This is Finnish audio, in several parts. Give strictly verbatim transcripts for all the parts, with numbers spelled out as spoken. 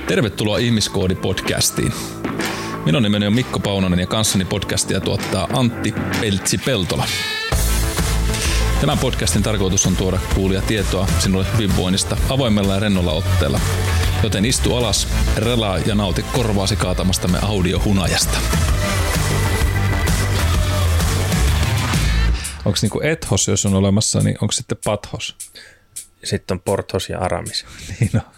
Tervetuloa Ihmiskoodi-podcastiin. Minun nimeni on Mikko Paunonen ja kanssani podcastia tuottaa Antti Peltsi-Peltola. Tämän podcastin tarkoitus on tuoda kuulia tietoa sinulle hyvinvoinnista avoimella ja rennolla otteella. Joten istu alas, relaa ja nauti korvaasi kaatamastamme audiohunajasta. Onko niinku ethos, jos on olemassa, niin onko sitten pathos? Sitten on porthos ja aramis. Niin on.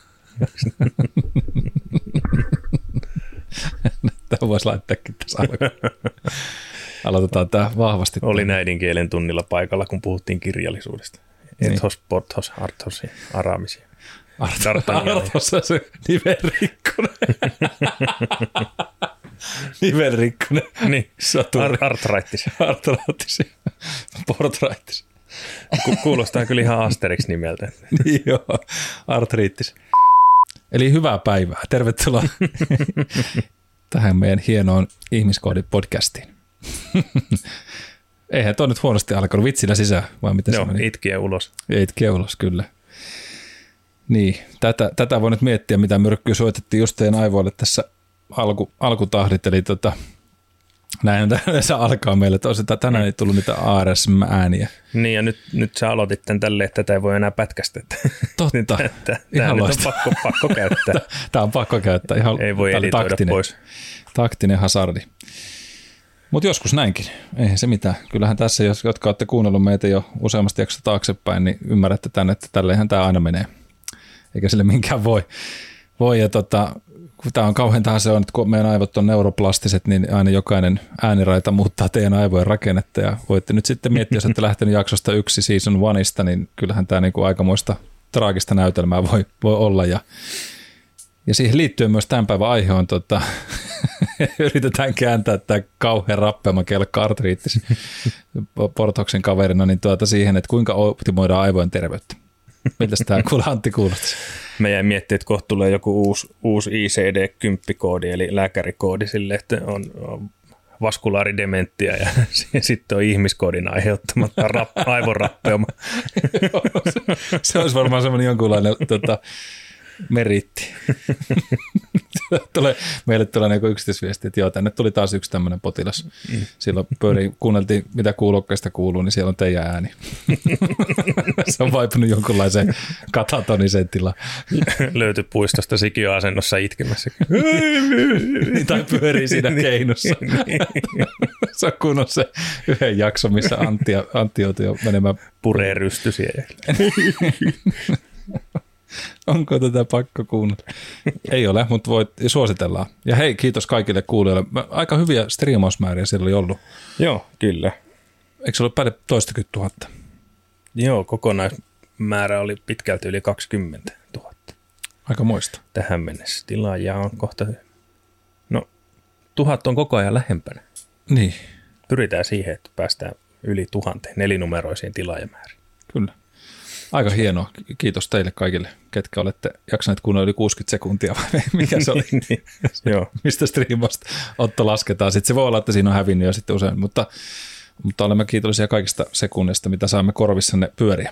Tämä voisi laittaakin tässä alkuun. Aloitetaan tämä vahvasti. Olin äidinkielen tunnilla paikalla, kun puhuttiin kirjallisuudesta. Ethos, niin. Porthos, arthos ja aramis. Arthos on se nivelrikkonen. Nivelrikkonen. Niin, Ar- artraittis. Artraittis. Portraittis. Ku- kuulostaa kyllä ihan Asterix nimeltä. Niin joo, artriittis. Eli hyvää päivää. Tervetuloa tähän meidän hienoon Ihmiskoodi-podcastiin. Eihän tuo nyt huonosti alkanut vitsillä sisään, vai miten Joo, se meni? itkiä ulos. Itkiä ulos, kyllä. Niin, tätä, tätä voi nyt miettiä, mitä myrkkyä soitettiin just teidän aivoille tässä alku, alkutahdit, eli tota, näin se alkaa meille, että tänään ei tullut niitä A R S M-ääniä. Niin, ja nyt, nyt sä aloitit tämän tälleen, että tätä ei voi enää pätkästä. Totta, tämä nyt on pakko, pakko käyttää. Tämä on pakko käyttää, ihan ei voi editoida taktinen, pois. Taktinen hasardi. Mutta joskus näinkin, eihän se mitään. Kyllähän tässä, jos, jotka olette kuunnellut meitä jo useammasta jaksosta taaksepäin, niin ymmärrätte tänne, että tälleenhän tämä aina menee. Eikä sille minkään voi. voi ja tota, kun tämä on kauheintahan se on, että kun meidän aivot on neuroplastiset, niin aina jokainen ääniraita muuttaa teidän aivojen rakennetta. Ja voitte nyt sitten miettiä, jos olette lähtenyt jaksosta yksi season oneista, niin kyllähän tämä niinku aikamoista traagista näytelmää voi, voi olla. Ja, ja siihen liittyen myös tämän päivän aihe on, tota, yritetään kääntää tämä kauhean rappeama kelkka artriittis Porthoksen kaverina niin tuota siihen, että kuinka optimoidaan aivojen terveyttä. Mitäs tämä kuule Antti kuulostaa? Me jäi miettiä, että kohta tulee joku uusi, uusi I C D kymmenen-koodi, eli lääkärikoodi sille, että on, on vaskulaaridementtia ja sitten on ihmiskoodin aiheuttamatta rap, aivonrappeuma. se, se olisi varmaan semmoinen jonkunlainen tota, meritti. Tulee, meille tulee niin yksityisviesti, että joo, tänne tuli taas yksi tämmöinen potilas. Silloin pöydin, kuunneltiin, mitä kuulokkeista kuuluu, niin siellä on teidän ääni. Se on vaipunut jonkunlaiseen katatoniseen tilaan. Löytyi puistosta sikiöasennossa itkemässä. Tai pyörii siinä keinussa. Se on kunnon se yhden jakso, missä Antti, Antti joutui jo menemään. Puree rystysiä. Onko tätä pakko kuunnella? Ei ole, mutta voit, suositellaan. Ja hei, kiitos kaikille kuulijoille. Aika hyviä striimausmääriä siellä oli ollut. Joo, kyllä. Eikö se ollut päälle toistakymmentä tuhatta? Joo, kokonaismäärä oli pitkälti yli kaksikymmentä tuhatta. Aika moista. Tähän mennessä tilaajia on kohta, no tuhat on koko ajan lähempänä. Niin. Pyritään siihen, että päästään yli tuhanteen nelinumeroisiin tilaajamääriin. Kyllä. Aika hienoa. Kiitos teille kaikille, ketkä olette jaksaneet kuunnella yli kuusikymmentä sekuntia, vai mikä se oli? niin, joo. Mistä striimasta Otto lasketaan. Sitten se voi olla, että siinä on hävinnyt jo sitten usein, mutta, mutta olemme kiitollisia kaikista sekunneista, mitä saamme korvissanne pyöriä.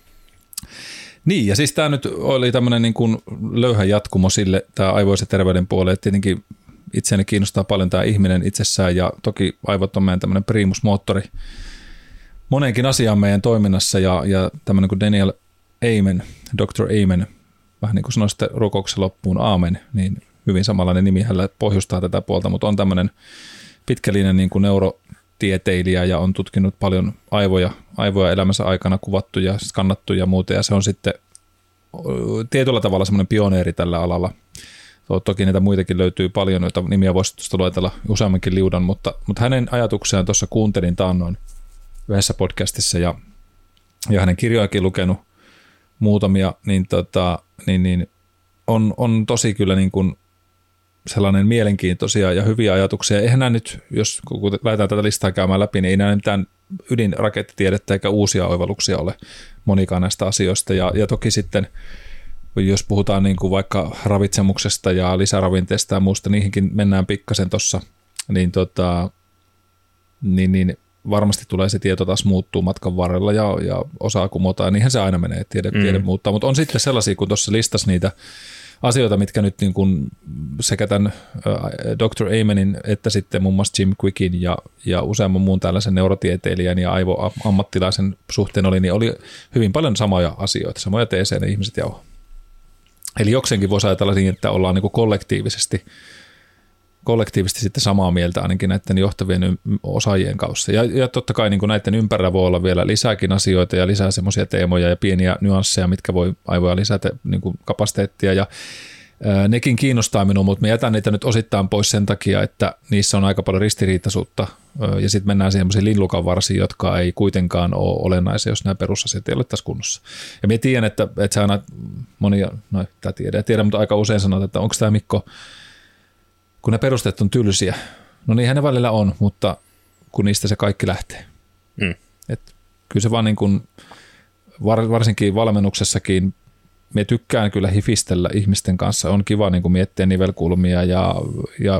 Niin, ja siis tämä nyt oli tämmöinen niin kuin löyhä jatkumo sille, tämä aivoisen terveyden puolelle. Tietenkin itseäni kiinnostaa paljon tämä ihminen itsessään, ja toki aivot on meidän tämmöinen primusmoottori moneenkin asiaan meidän toiminnassa, ja, ja tämmöinen kuin Daniel Amen, doktor Amen, vähän niin kuin sanoi sitten rukouksen loppuun aamen, niin hyvin samanlainen nimi hänellä pohjustaa tätä puolta, mutta on tämmöinen pitkällinen niin kuin neurotieteilijä ja on tutkinut paljon aivoja, aivoja elämänsä aikana kuvattu ja skannattu ja muuta, ja se on sitten tietyllä tavalla semmoinen pioneeri tällä alalla. Toki niitä muitakin löytyy paljon, joita nimiä voisi tuosta luetella useammankin liudan, mutta, mutta hänen ajatuksiaan tuossa kuuntelin taannoin yhdessä podcastissa ja, ja hänen kirjojakin lukenut muutamia, niin, tota, niin, niin on, on tosi kyllä niin kuin sellainen mielenkiintoisia ja hyviä ajatuksia. Eihän nämä nyt, jos kun lähdetään tätä listaa käymään läpi, niin ei nämä mitään ydinrakettitiedettä eikä uusia oivalluksia ole monikaan näistä asioista. Ja, ja toki sitten, jos puhutaan niin kuin vaikka ravitsemuksesta ja lisäravinteesta ja muusta, niihinkin mennään pikkasen tuossa, niin, tota, niin, niin varmasti tulee se tieto taas muuttuu matkan varrella ja, ja osaa kumota, ja niinhän se aina menee, tiede, mm. tiede muuttaa. Mutta on sitten sellaisia, kun tuossa listasi niitä asioita, mitkä nyt niin kuin sekä tämän doktor Amenin että sitten muun muassa Jim Quickin ja, ja useamman muun tällaisen neurotieteilijän ja aivoammattilaisen suhteen oli, niin oli hyvin paljon samoja asioita, samoja teesejä ne ihmiset jauho. Eli jokseenkin voisi ajatella niin, että ollaan niin kuin kollektiivisesti, kollektiivisesti sitten samaa mieltä ainakin näiden johtavien osaajien kanssa. Ja, ja totta kai niin kuin näiden ympärillä voi olla vielä lisääkin asioita ja lisää semmoisia teemoja ja pieniä nyansseja, mitkä voi aivoja lisätä niin kuin kapasiteettia ja ää, nekin kiinnostaa minua, mutta me jätän niitä nyt osittain pois sen takia, että niissä on aika paljon ristiriitaisuutta ää, ja sitten mennään semmoisiin linlukan varsiin, jotka ei kuitenkaan ole olennaisia, jos nämä perusasiat ei ole tässä kunnossa. Ja minä tiedän, että, että sä aina monia, no tämä tiedä, tiedä, mutta aika usein sanot, että onko tämä Mikko, kun ne perusteet on tylsiä. No niinhän ne välillä on, mutta kun niistä se kaikki lähtee. Mm. Et kyllä se vaan niin kuin, varsinkin valmennuksessakin, me tykkään kyllä hifistellä ihmisten kanssa. On kiva niin kuin miettiä nivelkulmia ja, ja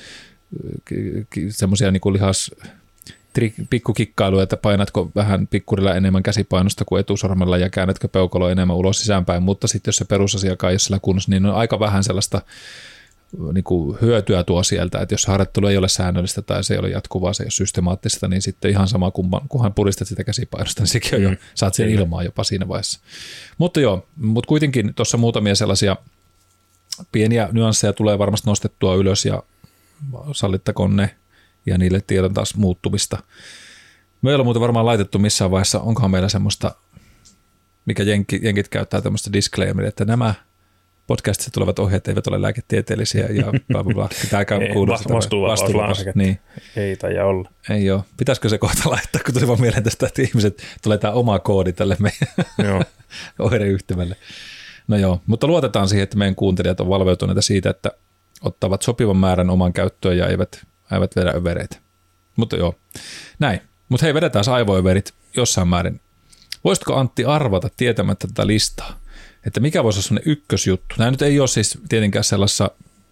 semmoisia niin kuin lihas pikkukikkailuja, että painatko vähän pikkurilla enemmän käsipainosta kuin etusormella ja käännätkö peukaloa enemmän ulos sisäänpäin, mutta sitten jos se perusasiakaan ei ole siellä kunnossa, niin on aika vähän sellaista niin kuin hyötyä tuo sieltä, että jos harjoittelu ei ole säännöllistä tai se ei ole jatkuvaa, se ei ole systemaattista, niin sitten ihan sama, kunhan puristat sitä käsipainosta, niin sekin on jo, saat sen ilmaa jopa siinä vaiheessa. Mutta joo, mutta kuitenkin tuossa muutamia sellaisia pieniä nyansseja tulee varmasti nostettua ylös ja sallittakoon ne ja niille tiedon taas muuttumista. Me ei ole muuten varmaan laitettu missään vaiheessa, onkohan meillä semmoista, mikä jenki, jenkit käyttää tämmöistä disclaimeria, että nämä podcastissa tulevat ohjeet eivät ole lääketieteellisiä ja bla bla bla. Pitää käydä kuulla sitä. Vastuuvapaus. Niin. Ei taida olla. Ei ole. Pitäisikö se kohta laittaa, kun tuli vaan mieleen tästä, että ihmiset tulee tämä oma koodi tälle meidän oireyhtymälle. No joo, mutta luotetaan siihen, että meidän kuuntelijat on valveutuneita siitä, että ottavat sopivan määrän oman käyttöön ja eivät, eivät vedä övereitä. Mutta joo, näin. Mutta hei, vedetään aivoöverit jossain määrin. Voisitko Antti arvata tietämättä tätä listaa? Että mikä voisi olla sellainen ykkösjuttu? Nämä nyt ei ole siis tietenkään sellaisessa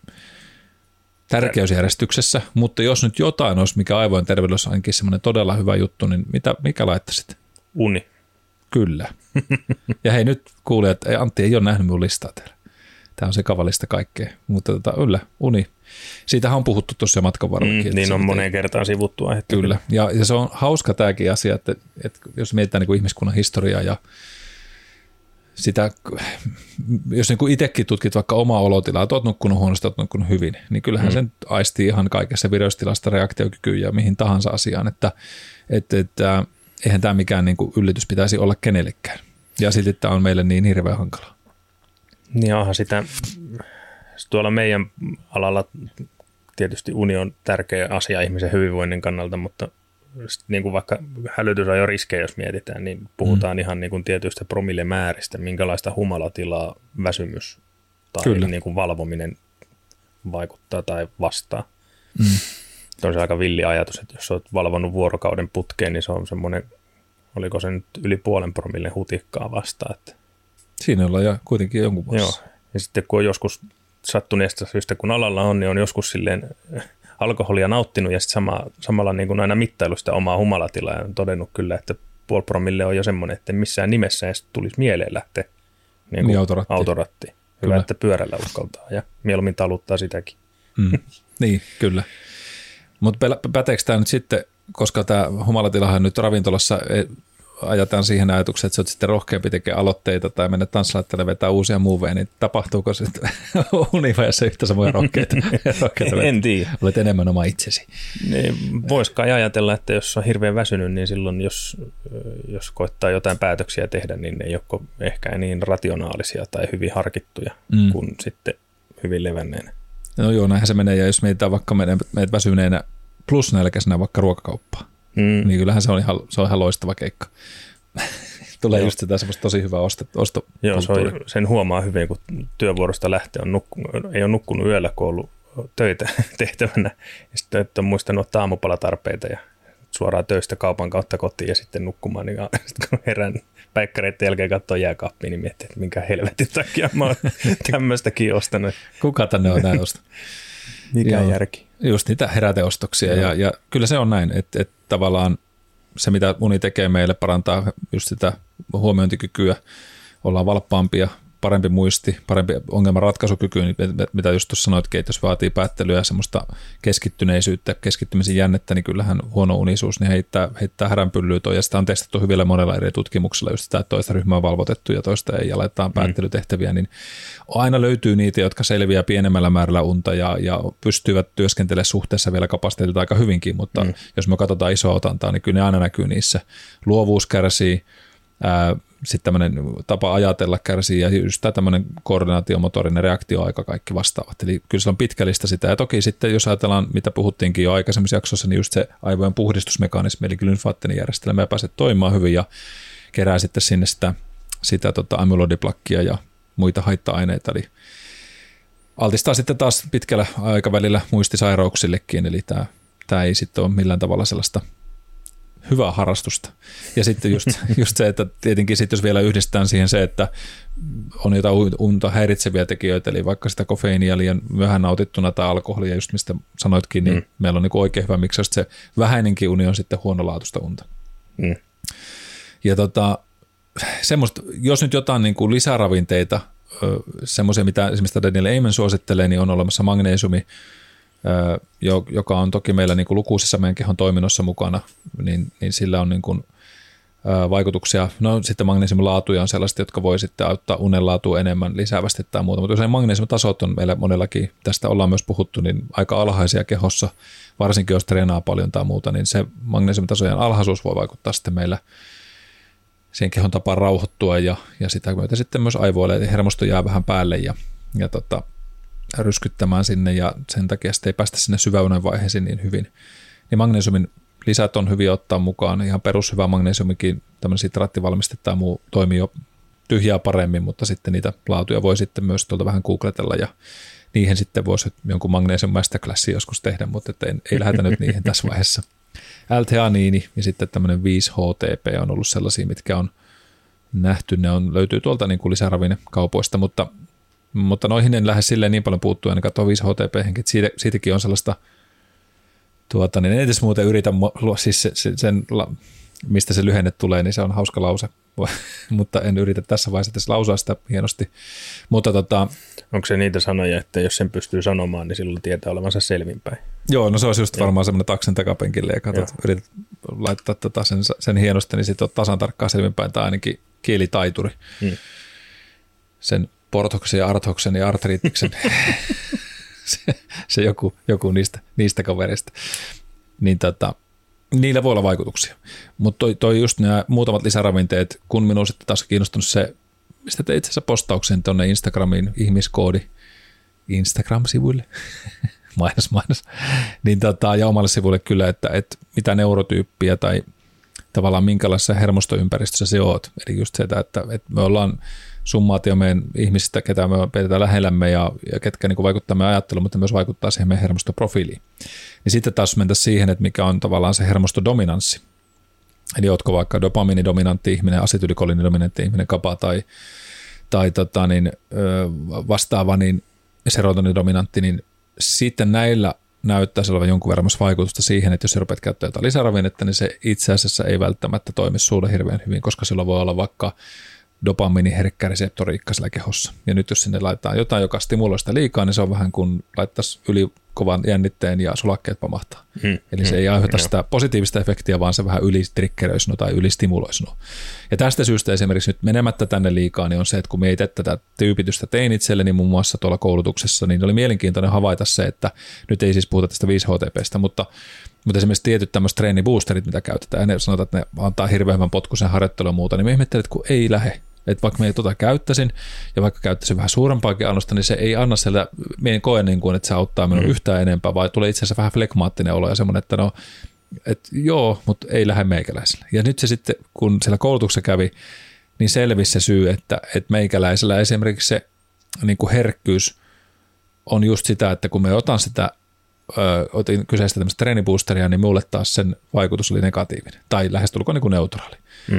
tärkeysjärjestyksessä, mutta jos nyt jotain olisi, mikä aivojen terveydessä on ainakin semmoinen todella hyvä juttu, niin mitä, mikä laittaisit? Uni. Kyllä. Ja hei, nyt kuulin, että ei, Antti ei ole nähnyt minun listaa täällä. Tämä on sekava lista kaikkea, mutta tota, kyllä, uni. Siitähän on puhuttu tuossa matkan varmaankin. Mm, niin on moneen kertaan sivuttu aihetta. Kyllä, ja, ja se on hauska tämäkin asia, että, että jos mietitään niin kuin ihmiskunnan historiaa ja sitä, jos niin kuin itsekin tutkit vaikka omaa olotilaa, että olet nukkunut huonosti, olet nukkunut hyvin, niin kyllähän mm. sen aistii ihan kaikessa vireystilasta, reaktiokykyyn ja mihin tahansa asiaan, että, että, että eihän tämä mikään niin kuin yllätys pitäisi olla kenellekään. Ja silti tämä on meille niin hirveän hankalaa. Niin onhan sitä, tuolla meidän alalla tietysti uni on tärkeä asia ihmisen hyvinvoinnin kannalta, mutta niin kuin vaikka hälytysajon riskejä, jos mietitään, niin puhutaan mm. ihan niin kuin tietyistä promillemääristä, minkälaista humalatilaa väsymys tai niin kuin valvominen vaikuttaa tai vastaa. Mm. Se on se aika villi ajatus, että jos olet valvonut vuorokauden putkeen, niin se on semmoinen, oliko se nyt yli puolen promillen hutikkaa vastaan. Että siinä ollaan ja kuitenkin jonkun vuosi. Joo, ja sitten kun on joskus sattuneesta syystä, kun alalla on, niin on joskus silleen alkoholia nauttinut ja sitten sama, samalla niin kuin aina mittailu sitä omaa humalatilaa ja on todennut kyllä, että puoli promille on jo semmoinen, että missään nimessä edes tulisi mieleen lähteä niin kuin niin autoratti. autorattiin. Hyvä, kyllä. Että pyörällä uskaltaa ja mieluummin taluttaa sitäkin. Mm. Niin, kyllä. Mutta päteekö tämä nyt sitten, koska tämä humalatilahan nyt ravintolassa ajataan siihen ajatukseen, että sä oot sitten rohkeampi tekemään aloitteita tai mennä tanssilaitteelle vetää uusia moveja, niin tapahtuuko se univajassa yhtä samoja rohkeita? rohkeita en tiedä. Olet enemmän oma itsesi. Niin, vois kai ajatella, että jos on hirveän väsynyt, niin silloin jos, jos koittaa jotain päätöksiä tehdä, niin ne ei ole ehkä niin rationaalisia tai hyvin harkittuja mm. kuin sitten hyvin levänneenä. No joo, näinhän se menee, ja jos mietitään vaikka meidät väsyneenä plus nälkäisenä vaikka ruokakauppaan, mm. niin kyllähän se on ihan, se on ihan loistava keikka. Tulee just sitä semmoista tosi hyvää osto. Joo, se on, sen huomaa hyvin, kun työvuorosta lähtee, on nukku, ei ole nukkunut yöllä, kun on ollut töitä tehtävänä, ja sitten että on muistanut ottaa aamupalatarpeita ja suoraan töistä kaupan kautta kotiin ja sitten nukkumaan, niin sitten kun herään päikkäreiden jälkeen katsoo jääkaappiin, niin miettii, että minkä helvetin takia mä oon tämmöistäkin ostanut. Kuka tänne on näin ostanut? Mikä järki? Just niitä heräteostoksia ja, ja kyllä se on näin, että, että tavallaan se, mitä uni tekee meille, parantaa just sitä huomiointikykyä, ollaan valppaampia, parempi muisti, parempi ongelmanratkaisukyky, niin mitä just tuossa sanoitkin, että jos vaatii päättelyä ja semmoista keskittyneisyyttä, keskittymisen jännettä, niin kyllähän huono unisuus niin heittää, heittää häränpyllyä toi, ja sitä on testattu hyvillä monella eri tutkimuksella, just sitä, että toista ryhmää on valvotettu ja toista ei, ja laitetaan päättelytehtäviä, niin aina löytyy niitä, jotka selviää pienemmällä määrällä unta ja, ja pystyvät työskentelemään suhteessa vielä kapasiteetilta aika hyvinkin, mutta mm. jos me katsotaan isoa otantaa, niin kyllä ne aina näkyy niissä. Luovuus kärsii, sitten tämmöinen tapa ajatella kärsii ja just tämä tämmöinen koordinaatiomotorinen reaktioaika, kaikki vastaavat. Eli kyllä se on pitkä lista sitä. Ja toki sitten, jos ajatellaan, mitä puhuttiinkin jo aikaisemmissa jaksossa, niin just se aivojen puhdistusmekanismi, eli lymfaattinen järjestelmä ja pääsee toimimaan hyvin ja kerää sitten sinne sitä, sitä tota amylodiplakkia ja muita haitta-aineita. Eli altistaa sitten taas pitkällä aikavälillä muistisairauksillekin, eli tämä, tämä ei sitten ole millään tavalla sellaista hyvää harrastusta. Ja sitten just, just se, että tietenkin sitten jos vielä yhdistetään siihen se, että on jotain unta häiritseviä tekijöitä, eli vaikka sitä kofeiinia liian myöhään nautittuna tai alkoholia, just mistä sanoitkin, niin mm. meillä on niin oikein hyvä miksi se vähäinenkin uni on sitten huonolaatuista unta. Mm. Ja tota, semmoista, jos nyt jotain niin kuin lisäravinteita, semmoisia, mitä esimerkiksi Daniel Amen suosittelee, niin on olemassa magneesiumi, joka on toki meillä niin kuin lukuisissa meidän kehon toiminnossa mukana, niin, niin sillä on niin kuin vaikutuksia. No sitten magneesiumilaatuja on sellaista, jotka voi sitten auttaa unenlaatua enemmän lisäävästi tai muuta, mutta usein magneesiumitasot on meillä monellakin, tästä ollaan myös puhuttu, niin aika alhaisia kehossa, varsinkin jos treenaa paljon tai muuta, niin se magneesiumitasojen alhaisuus voi vaikuttaa sitten meillä siihen kehon tapaan rauhoittua ja, ja sitä myötä sitten myös aivoille, että hermosto jää vähän päälle ja, ja tota, ryskyttämään sinne ja sen takia sitten ei päästä sinne syväunen vaiheeseen niin hyvin. Niin magneesiumin lisät on hyviä ottaa mukaan. Ihan perushyvä magneesiumikin, tämmöinen sitraattivalmiste tai muu toimii jo tyhjää paremmin, mutta sitten niitä laatuja voi sitten myös tuolta vähän googletella ja niihin sitten voisi jonkun magnesium masterclassin joskus tehdä, mutta ei, ei lähdetä nyt niihin tässä vaiheessa. L-theaniini ja sitten tämmöinen viisi H T P on ollut sellaisia, mitkä on nähty. Ne on, löytyy tuolta niin kuin lisäravinnekaupoista, mutta Mutta noihin en lähde silleen niin paljon puuttua, ainakaan tuo viisi H T P-henki, että siitä, siitäkin on sellaista, tuota, niin en edes muuten yritä, siis se, se, sen, mistä se lyhenne tulee, niin se on hauska lause, mutta en yritä tässä vaiheessa tässä lausua sitä hienosti. Mutta tota, onko se niitä sanoja, että jos sen pystyy sanomaan, niin silloin tietää olevansa selvinpäin? Joo, no se olisi just varmaan semmoinen taksen takapenkille ja katsot, yrität laittaa tota sen, sen hienosti, niin sitten on tasan tarkkaan selvinpäin tai ainakin kielitaituri. Hmm. Sen Portoksen ja Arthoksen ja Artriittiksen, se, se joku, joku niistä, niistä kavereista, niin tota, niillä voi olla vaikutuksia. Mutta toi, toi just nämä muutamat lisäravinteet, kun minun sitten taas kiinnostunut se, mistä tein itse asiassa postauksen tuonne Instagramiin, ihmiskoodi Instagram-sivuille, mainos, mainos, niin tota, ja omalle sivuille kyllä, että, että mitä neurotyyppiä tai tavallaan minkälaisessa hermostoympäristössä se oot. Eli just se, että, että me ollaan summaatio meidän ihmisistä, ketä me pidetään lähellämme ja, ja ketkä niin kuin vaikuttaa meidän ajatteluun, mutta myös vaikuttaa siihen meidän hermostoprofiiliin. Niin sitten taas mentäisiin siihen, että mikä on tavallaan se hermostodominanssi. Eli ootko vaikka dopaminidominantti ihminen, asetylkoliinidominantti ihminen, kapa tai, tai tota niin, vastaava niin serotonidominantti, niin sitten näillä näyttäisi olevan jonkun verran myös vaikutusta siihen, että jos sä rupeat käyttämään jotain lisäravinnetta, niin se itse asiassa ei välttämättä toimi sulle hirveän hyvin, koska sillä voi olla vaikka dopaminiherkkä reseptoriikka sillä kehossa. Ja nyt jos sinne laitetaan jotain, joka stimuloi sitä liikaa, niin se on vähän kuin laittaisi yli kovan jännitteen ja sulakkeet pamahtaa. Hmm. Eli se ei aiheuta hmm. sitä positiivista efektiä, vaan se vähän ylitrikkeröi sinua tai ylistimuloi sinua. Ja tästä syystä esimerkiksi nyt menemättä tänne liikaa, niin on se, että kun me ei tätä tyypitystä tein itselleni muun muassa tuolla koulutuksessa, niin oli mielenkiintoinen havaita se, että nyt ei siis puhuta tästä viisi H T P:stä, mutta Mutta esimerkiksi tietyt tämmöiset treeniboosterit, mitä käytetään, ja ne sanotaan, että ne antaa hirveän hyvän potkuisen harjoittelun ja muuta, niin me ihmettelet, että kun ei lähe. Että vaikka me ei tota käyttäisin, ja vaikka käyttäisin vähän suurempaakin annosta, niin se ei anna sieltä, me en koe niin kuin, että se auttaa minua mm. yhtään enempää, vai tulee itse asiassa vähän flegmaattinen olo ja semmoinen, että no, että joo, mutta ei lähde meikäläisellä. Ja nyt se sitten, kun siellä koulutuksessa kävi, niin selvisi se syy, että, että meikäläisellä esimerkiksi se niin kuin herkkyys on just sitä, että kun me otan sitä Ö, otin kyseistä tämmöistä treeniboosteria, niin mulle taas sen vaikutus oli negatiivinen tai lähestulkoon niin kuin neutraali. Mm.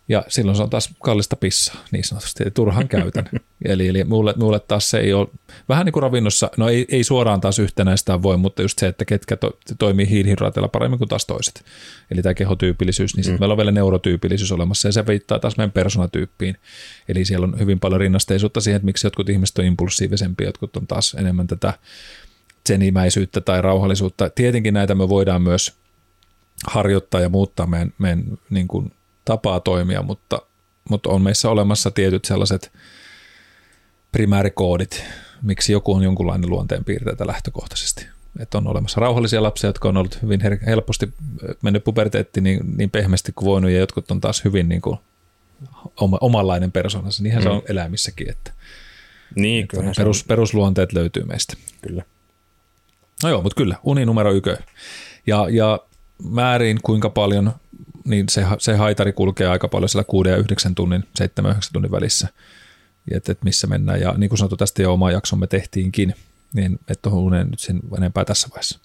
Ja silloin se on taas kallista pissaa, niin sanotusti, eli turhan käytän. eli eli mulle, mulle taas se ei ole, vähän niin kuin ravinnossa, no ei, ei suoraan taas yhtenäistään voi, mutta just se, että ketkä to, toimii hiilihydraateilla paremmin kuin taas toiset. Eli tämä kehotyypillisyys, niin sitten mm. meillä on vielä neurotyypillisyys olemassa, ja se viittaa taas meidän persoonatyyppiin. Eli siellä on hyvin paljon rinnasteisuutta siihen, että miksi jotkut ihmiset on impulsiivisempia, jotkut on taas enemmän tätä zenimäisyyttä tai rauhallisuutta. Tietenkin näitä me voidaan myös harjoittaa ja muuttaa meidän, meidän niin kuin tapaa toimia, mutta, mutta on meissä olemassa tietyt sellaiset primäärikoodit, miksi joku on jonkunlainen luonteenpiirteitä lähtökohtaisesti. Että on olemassa rauhallisia lapsia, jotka on ollut hyvin helposti mennyt puberteetti niin, niin pehmeästi kuin voinut, ja jotkut on taas hyvin niin kuin oma, omanlainen persoonansa. Niinhän mm. se on eläimissäkin, että, niin, että perus, perusluonteet löytyy meistä. Kyllä. No joo, mutta kyllä, uni numero ykö. Ja, ja määriin kuinka paljon, niin se, se haitari kulkee aika paljon siellä kuuden ja yhdeksän tunnin, seitsemän yhdeksän tunnin välissä, että et missä mennään. Ja niin kuin sanottu, tästä jo oma jaksomme tehtiinkin, niin et tuohon uneen nyt sen enempää tässä vaiheessa.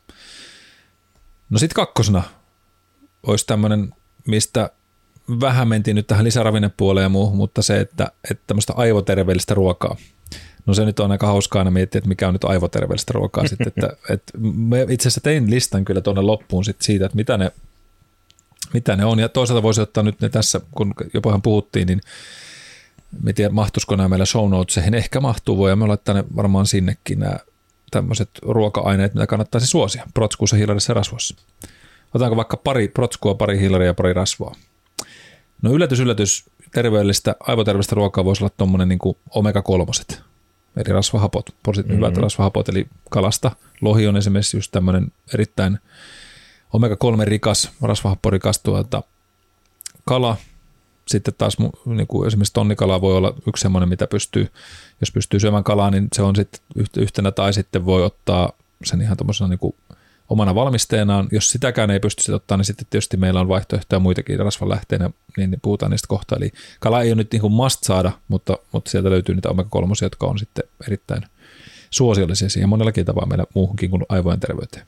No sitten kakkosena olisi tämmöinen, mistä vähän mentiin nyt tähän lisäravinnepuoleen ja muuhun, mutta se, että, että tämmöistä aivoterveellistä ruokaa. No se nyt on aika hauskaa aina miettiä, että mikä on nyt aivoterveellistä ruokaa sitten, että, että itse asiassa tein listan kyllä tuonne loppuun sit siitä, että mitä ne, mitä ne on, ja toisaalta voisi ottaa nyt ne tässä, kun jopahan puhuttiin, niin en tiedä, mahtuisiko nämä meillä show notesihin, ehkä mahtuu, voimme laittaa ne varmaan sinnekin nämä tämmöiset ruoka-aineet, mitä kannattaisi suosia protskuussa, hiilarissa ja rasvassa. Otetaanko vaikka pari protskua, pari hiilaria ja pari rasvaa? No yllätys, yllätys, terveellistä, aivoterveellistä ruokaa voisi olla tuommoinen niin kuin omega kolmoset. Eli rasvahapot, mm-hmm. hyvät rasvahapot, eli kalasta. Lohi on esimerkiksi just tämmöinen erittäin omega kolme rikas, rasvahapporikas tuota, kala. Sitten taas niin kuin esimerkiksi tonnikala voi olla yksi semmoinen, mitä pystyy, jos pystyy syömään kalaa, niin se on sitten yhtenä, tai sitten voi ottaa sen ihan tuommoisena niin kuin omana valmisteenaan. Jos sitäkään ei pysty sitä ottaa, niin sitten tietysti meillä on vaihtoehtoja muitakin rasvanlähteinä, niin puhutaan niistä kohta. Eli kala ei ole nyt niin kuin must saada, mutta, mutta sieltä löytyy niitä omega kolme, jotka on sitten erittäin suosiollisia siihen monellakin tavalla meillä muuhunkin kuin aivojen terveyteen.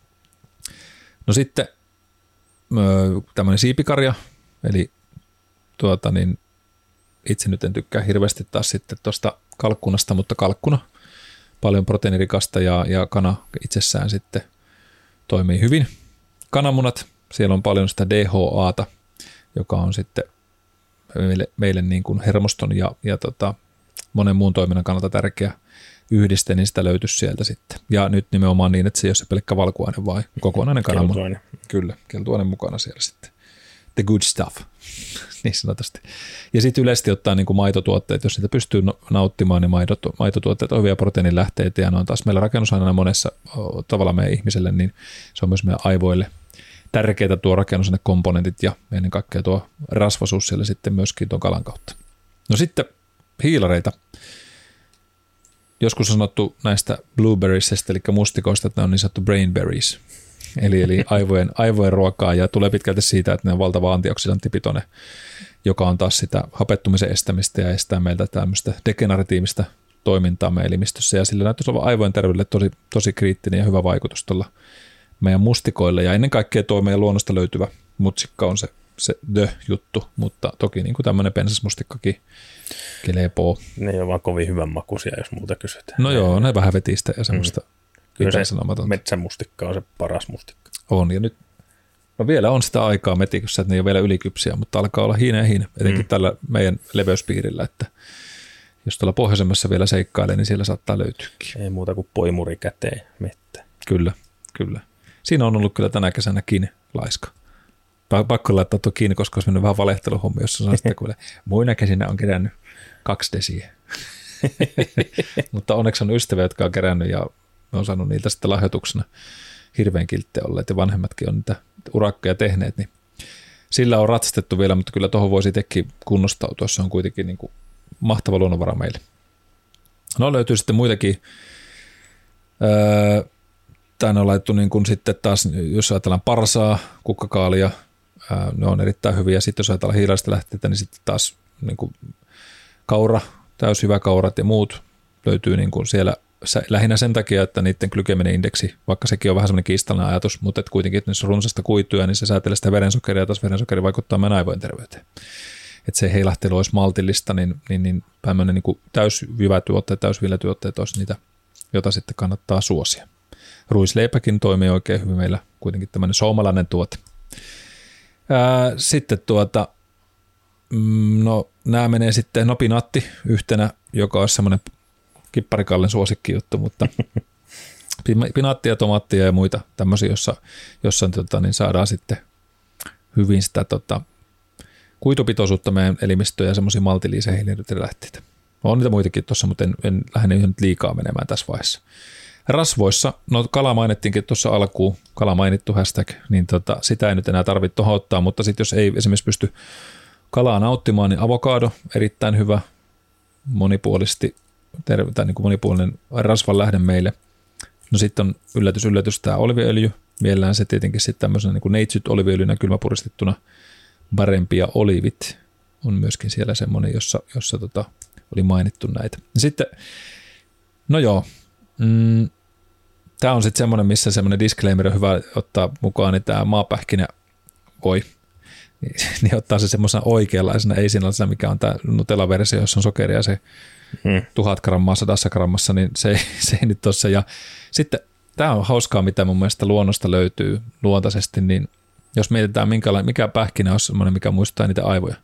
No sitten tämmöinen siipikarja, eli tuota, niin itse nyt en tykkää hirveästi taas sitten tuosta kalkkunasta, mutta kalkkuna, paljon proteiinirikasta ja, ja kana itsessään sitten toimii hyvin. Kananmunat, siellä on paljon sitä D H A:ta, joka on sitten meille, meille niin kuin hermoston ja, ja tota, monen muun toiminnan kannalta tärkeä yhdiste, niin sitä löytyisi sieltä sitten. Ja nyt nimenomaan niin, että se ei ole se pelkkä valkuaine, vai kokonainen kananmuna. Keltuaine. Kyllä, keltuainen mukana siellä sitten. The good stuff, niin sanotusti. Ja sitten yleisesti ottaa niin kuin maitotuotteet, jos niitä pystyy nauttimaan, niin maitotuotteet on hyviä proteiinilähteitä, ja ne on taas meillä rakennusaineena monessa tavalla meidän ihmiselle, niin se on myös meidän aivoille tärkeää tuo rakennusainekomponentit ja ennen kaikkea tuo rasvasuus siellä sitten myöskin tuon kalan kautta. No sitten hiilareita. Joskus on sanottu näistä blueberriesistä, eli mustikoista, että ne on niin sanottu brainberries. Eli, eli aivojen, aivojen ruokaa, ja tulee pitkälti siitä, että ne on valtava antioksidanttipitoinen, joka on taas sitä hapettumisen estämistä ja estää meiltä tämmöistä degeneratiivista toimintaa meidän elimistössä, ja sillä näyttäisi olla aivojen terveydelle tosi, tosi kriittinen ja hyvä vaikutus tuolla meidän mustikoille, ja ennen kaikkea tuo meidän luonnosta löytyvä mutsikka on se, se the-juttu, mutta toki niin kuin tämmöinen pensasmustikkakin kelepoo. Ne ei ole vaan kovin hyvän makuisia, jos muuta kysytään. No joo, ne vähän vetistä ja semmoista. Mm. Kyllä se metsämustikka on se paras mustikka. On, ja nyt no vielä on sitä aikaa metikössä, että ne ei ole vielä ylikypsiä, mutta alkaa olla hiina ja hiina, etenkin mm. tällä meidän leveyspiirillä, että jos tuolla pohjoisemmassa vielä seikkailee, niin siellä saattaa löytyäkin. Ei muuta kuin poimuri käteen mettä. Kyllä, kyllä. Siinä on ollut kyllä tänä kesänäkin laiska. Pakko laittaa tuo kiinni, koska olisi mennyt vähän valehteluhommi, jos saa sitä kuule. Muina käsinä on kerännyt kaksi desiä. Mutta onneksi on ystäviä, jotka on kerännyt, ja me on saanut niiltä sitten lahjoituksena hirveän kilttejä olleet, ja vanhemmatkin on niitä urakkeja tehneet, niin sillä on ratsastettu vielä, mutta kyllä tuohon voisi itsekin kunnostautua, se on kuitenkin niin kuin mahtava luonnonvara meille. No löytyy sitten muitakin, öö, tänne on laittu niin kuin sitten taas, jos ajatellaan parsaa, kukkakaalia, öö, ne on erittäin hyviä, sitten jos ajatellaan hiilaista lähteitä, niin sitten taas niin kuin kaura, täyshyväkaurat ja muut löytyy niin kuin siellä lähinnä sen takia, että niiden glykeminen indeksi, vaikka sekin on vähän semmoinen kiistallinen ajatus, mutta että kuitenkin, että niissä on runsasta kuituja, niin se säätelee sitä verensokeria, ja taas verensokeri vaikuttaa meidän aivojen terveyteen. että se heilahtelu olisi maltillista, niin, niin, niin tämmöinen niin kuin täysjyvätuotteet, täysviljatyotteet olisi niitä, jota sitten kannattaa suosia. Ruisleipäkin toimii oikein hyvin meillä, kuitenkin tämmöinen suomalainen tuote. Ää, sitten tuota, no nämä menee sitten nopinatti yhtenä, joka on semmoinen kipparikallen suosikki juttu, mutta pinaattia, tomaattia ja muita tämmöisiä, jossa, jossa tota, niin saadaan sitten hyvin sitä tota, kuitupitoisuutta meidän elimistöön ja semmoisia maltillisia hiilihydraattilähteitä. On niitä muitakin tuossa, mutta en, en lähde nyt liikaa menemään tässä vaiheessa. Rasvoissa, no kala mainittiinkin tuossa alkuun, kala mainittu hashtag, niin tota, sitä ei nyt enää tarvitse tuohon ottaa, mutta sitten jos ei esimerkiksi pysty kalaa nauttimaan, niin avokado, erittäin hyvä, monipuolisesti, terve, tai niin kuin monipuolinen rasvan lähde meille. No sitten on yllätys, yllätys tämä oliviöljy, mielellään se tietenkin sitten tämmöisenä niin kuin neitsyt oliviöljynä kylmäpuristettuna, parempia olivit on myöskin siellä semmoinen, jossa, jossa tota, oli mainittu näitä. Ja sitten, no joo, mm, tämä on sitten semmoinen, missä semmoinen disclaimer on hyvä ottaa mukaan, niin tämä maapähkinä voi, niin, niin ottaa se semmoisena oikeanlaisena, ei siinä mikä on tämä Nutella-versio, jossa on sokeria se hmm. tuhat grammaa sadassa grammassa, niin se, se ei nyt ole se. Ja sitten tämä on hauskaa, mitä mun mielestä luonnosta löytyy luontaisesti, niin jos mietitään, mikä pähkinä on semmoinen, mikä muistaa niitä aivoja,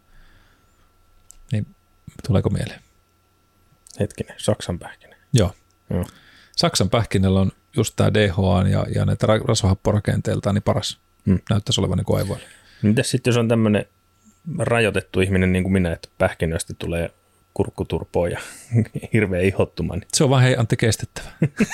niin tuleeko mieleen? Hetkinen, Saksan pähkinä. Joo. Joo. Saksan pähkinällä on just tämä D H A ja, ja näitä rasvahapporakenteeltaan niin paras. Hmm. Näyttäisi olevan niin kuin aivoilla. Mitäs sitten, jos on tämmöinen rajoitettu ihminen niin kuin minä, että pähkinöistä tulee kurkkuturpoa ja hirveä ihottuma. Niin. Se on vaan hei Antti kestettävä.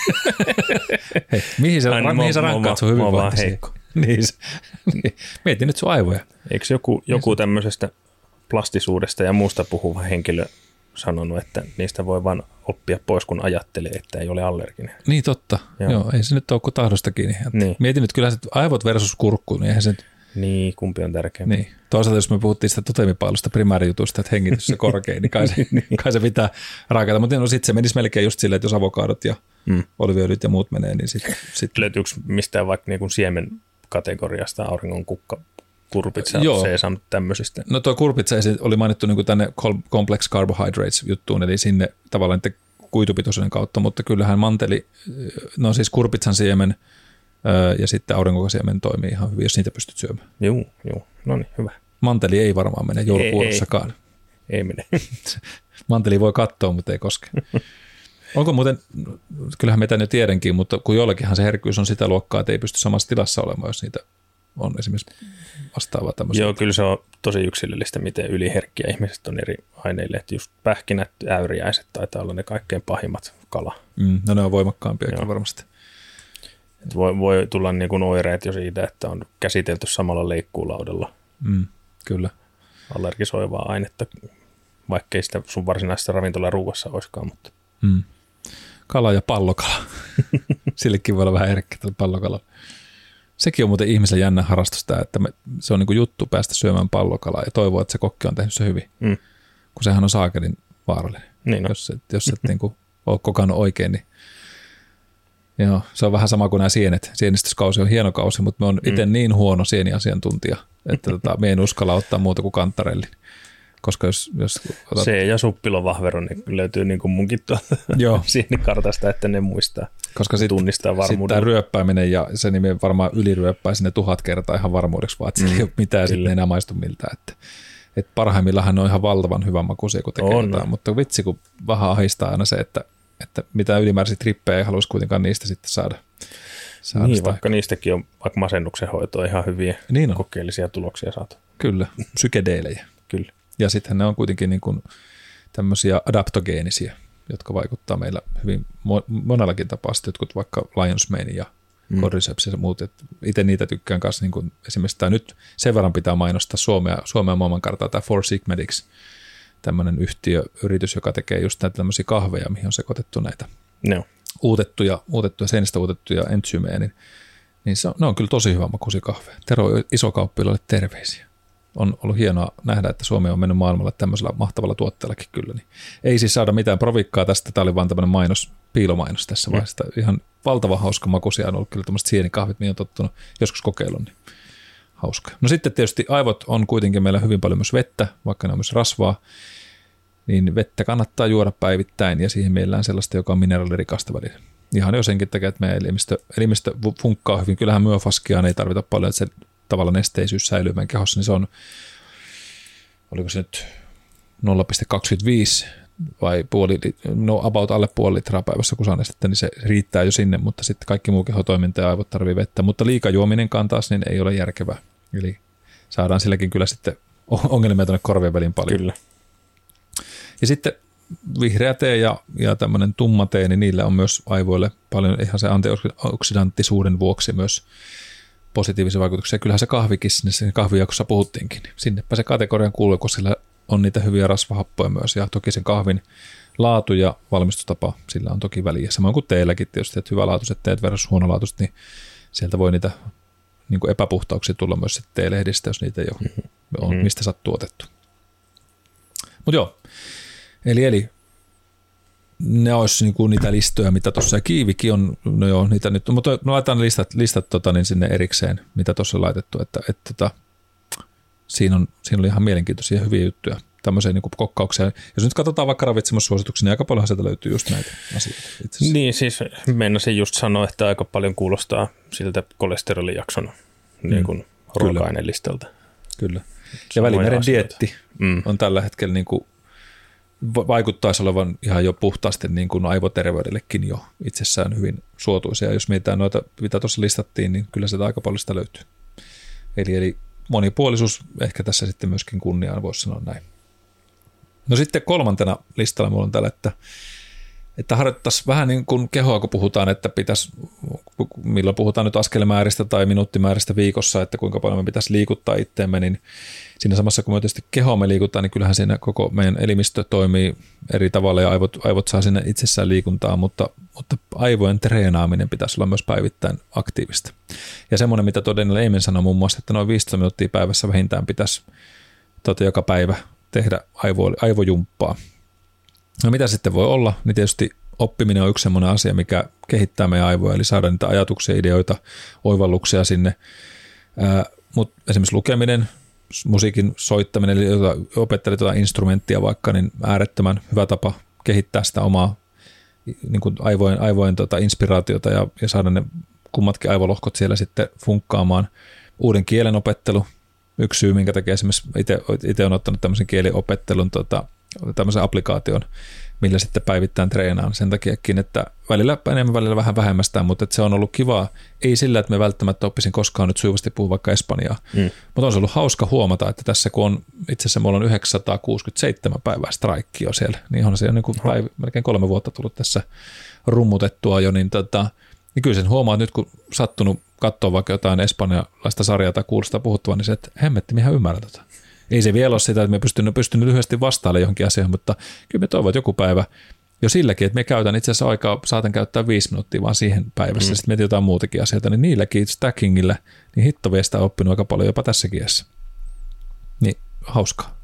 Hei, mihin sä, Aina, mihin sä rankkaat sun hyvinvointi? Heikko. Niin, niin. Mieti nyt sun aivoja. Eikö joku, joku tämmöisestä plastisuudesta ja muusta puhuva henkilö sanonut, että niistä voi vaan oppia pois, kun ajattelee, että ei ole allerginen? Niin totta. Joo, Joo ei se nyt ole kuin tahdosta kiinni. Niin. Mieti nyt kyllä, että aivot versus kurkku, niin eihän se... Niin, kumpi on tärkeämpi. Niin. Toisaalta jos me puhuttiin sitä totemipaalusta primäärijutusta, että hengitys on korkein, niin kai se, niin. kai se pitää raakata. Mutta no, sitten se menisi melkein just silleen, että jos avokadot ja mm. oliviöljyt ja muut menee, niin sitten... Sit... Löytyykö mistään vaikka niin kuin siemen kategoriasta auringon kukka, kurpitsa, sesam, tämmöisistä? No tuo kurpitsa oli mainittu niin kuin tänne complex carbohydrates juttuun, eli sinne tavallaan niiden kuitupitoisuuden kautta, mutta kyllähän manteli, no siis kurpitsan siemen ja sitten aurinkonkasiemen toimii ihan hyvin, jos niitä pystyt syömään. Joo, joo. No niin, hyvä. Manteli ei varmaan mene joulukuussakaan. Ei, ei mene. Manteli voi katsoa, mutta ei koske. Onko muuten, kyllähän meitä jo tiedänkin, mutta kun jollakinhan se herkkyys on sitä luokkaa, että ei pysty samassa tilassa olemaan, jos niitä on esimerkiksi vastaavaa tämmöistä. Joo, kyllä se on tosi yksilöllistä, miten yliherkkiä ihmiset on eri aineille. Että just pähkinät, äyriäiset taitaa olla ne kaikkein pahimmat kala. Mm, no ne on voimakkaampia varmasti. Voi, voi tulla niin kuin oireet jo siitä, että on käsitelty samalla leikkuulaudalla. Mm, kyllä. Allergisoivaa ainetta, vaikkei sitä sun varsinaisessa ravintolaruuassa olisikaan. Mutta. Mm. Kala ja pallokala. Sillekin voi olla vähän herkkä tällä pallokalalla. Sekin on muuten ihmisen jännä harrastus tämä, että me, se on niin kuin juttu päästä syömään pallokalaa ja toivoa, että se kokki on tehnyt se hyvin. Mm. Kun sehän on saakelin vaarallinen. Niin no. Jos, jos et niin kuin ole kokannut oikein, niin joo, se on vähän sama kuin nämä sienet. Sienistyskausi on hieno kausi, mutta me on itse mm. niin huono sieniasiantuntija, että tota, me en uskalla ottaa muuta kuin kantarelli. Koska jos, jos otat... Se ja suppilovahvero niin löytyy niin kuin munkin tuolta sienikartasta, että ne muistaa. Koska sit, tunnistaa varmuudella. Sitten tämä ryöppääminen ja se nimi varmaan yliryöppää sinne tuhat kertaa ihan varmuudeksi, vaan että mm. ei ole mitään sitten enää maistu miltään. Että, että parhaimmillaan ne on ihan valtavan hyvän makuisia, kun tekee on, jotain, mutta vitsi, kun vähän ahistaa aina se, että että mitä ylimääräisiä trippejä ei haluaisi kuitenkaan niistä sitten saada. saada niin, vaikka niistäkin on vaikka masennuksen hoitoa ihan hyviä niin kokeellisia tuloksia saatu. Kyllä, psykedeelejä. Kyllä. Ja sitten ne on kuitenkin niin kuin tämmöisiä adaptogeenisiä, jotka vaikuttaa meillä hyvin monellakin tapaa. Sitten jotkut vaikka Lion's Mane ja mm. Cordyceps ja muut. Itse niitä tykkään kanssa. Niin kuin esimerkiksi tämä nyt sen verran pitää mainostaa Suomea, Suomea maailmankartaa, tämä Four Sigmatics. Tämmöinen yhtiö, yritys, joka tekee just näitä tämmöisiä kahveja, mihin on sekoitettu näitä no. uutettuja, uutettuja, seinistä uutettuja entsyymejä, niin, niin se on, ne on kyllä tosi hyvä makuisia kahveja. Tero Isokauppilaille terveisiä. On ollut hienoa nähdä, että Suomi on mennyt maailmalla tämmöisellä mahtavalla tuotteellakin kyllä. Niin ei siis saada mitään provikkaa tästä, tämä oli vaan tämmöinen mainos, piilomainos tässä mm. vaiheessa. Ihan valtava hauska makuisia on ollut kyllä tämmöiset sienikahvit, mihin on tottunut joskus kokeilun. Niin hauska. No sitten tietysti aivot on kuitenkin meillä hyvin paljon myös vettä, vaikka ne on myös rasvaa, niin vettä kannattaa juoda päivittäin ja siihen meillä on sellaista, joka on mineraalirikasta välillä. Ihan jo senkin takia, että meidän elimistö, elimistö funkkaa hyvin. Kyllähän myofaskia ei tarvita paljon, että se tavallaan nesteisyys säilyy meidän kehossa, niin se on, oliko se nyt nolla pilkku kaksikymmentäviisi vai puoli, no about alle puoli litraa päivässä, kun saa nestettä, niin se riittää jo sinne, mutta sitten kaikki muu kehotoiminta ja aivot tarvii vettä, mutta liikajuominenkaan taas niin ei ole järkevää. Eli saadaan silläkin kyllä sitten ongelmia tuonne korvien väliin paljon. Kyllä. Ja sitten vihreä tee ja, ja tämmöinen tumma tee, niin niillä on myös aivoille paljon ihan se antioksidanttisuuden vuoksi myös positiivisia vaikutuksia. Kyllähän se kahvikin sinne kahvijakossa puhuttiinkin. Sinnepä se kategorian kuuluu, koska sillä on niitä hyviä rasvahappoja myös. Ja toki sen kahvin laatu ja valmistustapa, sillä on toki väliä. Samoin kuin teelläkin tietysti, että hyvälaatuiset teet versus huonolaatuiset, niin sieltä voi niitä niin kuin epäpuhtauksia tulla myös sitten teelehdistä, jos niitä ei ole, mm-hmm. on, mistä sattuu otettu. Mutta joo, eli, eli ne olisi niinku niitä listoja, mitä tuossa, ja kiivikin on, no joo, niitä nyt, mutta no laitetaan listat, listat tota, niin sinne erikseen, mitä tuossa on laitettu, että, että, että siinä, on, siinä oli ihan mielenkiintoisia hyviä juttuja, tämmöisiä niin kokkauksia. Jos nyt katsotaan vaikka ravitsemussuosituksia, niin aika paljon sieltä löytyy just näitä asioita. Niin, siis meinasin just sanoa, että aika paljon kuulostaa siltä kolesterolijakson mm, niin kuin ruoka-ainelistalta. Kyllä. Ja Välimeren dieetti mm. on tällä hetkellä niin kuin vaikuttaisi olevan ihan jo puhtaasti niin kuin aivoterveydellekin jo itsessään hyvin suotuisia. Jos mietitään noita, mitä tuossa listattiin, niin kyllä sitä aika paljon sitä löytyy. Eli, eli monipuolisuus ehkä tässä sitten myöskin kunniaan, voisi sanoa näin. No sitten kolmantena listalla minulla on tällä, että, että harjoittaisiin vähän niin kuin kehoa, kun puhutaan, että pitäisi, milloin puhutaan nyt askelemääristä tai minuuttimääristä viikossa, että kuinka paljon me pitäisi liikuttaa itteemme, niin siinä samassa kun me tietysti kehoamme liikutaan, niin kyllähän siinä koko meidän elimistö toimii eri tavalla ja aivot, aivot saa sinne itsessään liikuntaa, mutta, mutta aivojen treenaaminen pitäisi olla myös päivittäin aktiivista. Ja semmoinen, mitä todennäköisesti Eimen sanoi muun muassa, että noin viisitoista minuuttia päivässä vähintään pitäisi tuota, joka päivä tehdä aivo, aivojumppaa. No mitä sitten voi olla, niin tietysti oppiminen on yksi semmoinen asia, mikä kehittää meidän aivoja, eli saada niitä ajatuksia, ideoita, oivalluksia sinne. Ää, mutta esimerkiksi lukeminen, musiikin soittaminen, eli opettelet jotain instrumenttia vaikka, niin äärettömän hyvä tapa kehittää sitä omaa niin kuin aivojen, aivojen tota, inspiraatiota ja, ja saada ne kummatkin aivolohkot siellä sitten funkkaamaan. Uuden kielen opettelu, yksi syy, minkä takia esimerkiksi itse olen ottanut tämmöisen kieliopettelun, tota, tämmöisen applikaation, millä sitten päivittäin treenaan sen takiakin, että välillä enemmän, välillä vähän vähemmästään, mutta että se on ollut kivaa. Ei sillä, että me välttämättä oppisin koskaan nyt sujuvasti puhua vaikka espanjaa, mm. mutta on se ollut hauska huomata, että tässä kun on, itse asiassa mulla on yhdeksänsataakuusikymmentäseitsemän päivää strikki jo siellä, niin on se jo niin kuin päivä, melkein kolme vuotta tullut tässä rummutettua jo, niin, tota, niin kyllä sen huomaa, että nyt kun sattunut katsoa vaikka jotain espanjalaista sarjaa tai kuulostaa puhuttavan, niin se, että hemmetti, mihän ymmärrän tota. Ei se vielä ole sitä, että me pystynyt, pystynyt lyhyesti vastailemaan johonkin asiaan, mutta kyllä me toivon, että joku päivä jo silläkin, että me käytän itse asiassa aikaa, saatan käyttää viisi minuuttia vaan siihen päivässä, mm. sitten mietin jotain muutakin asioita, niin niilläkin stackingillä, niin hitto vie sitä oppinut aika paljon jopa tässäkin iässä. Niin hauskaa.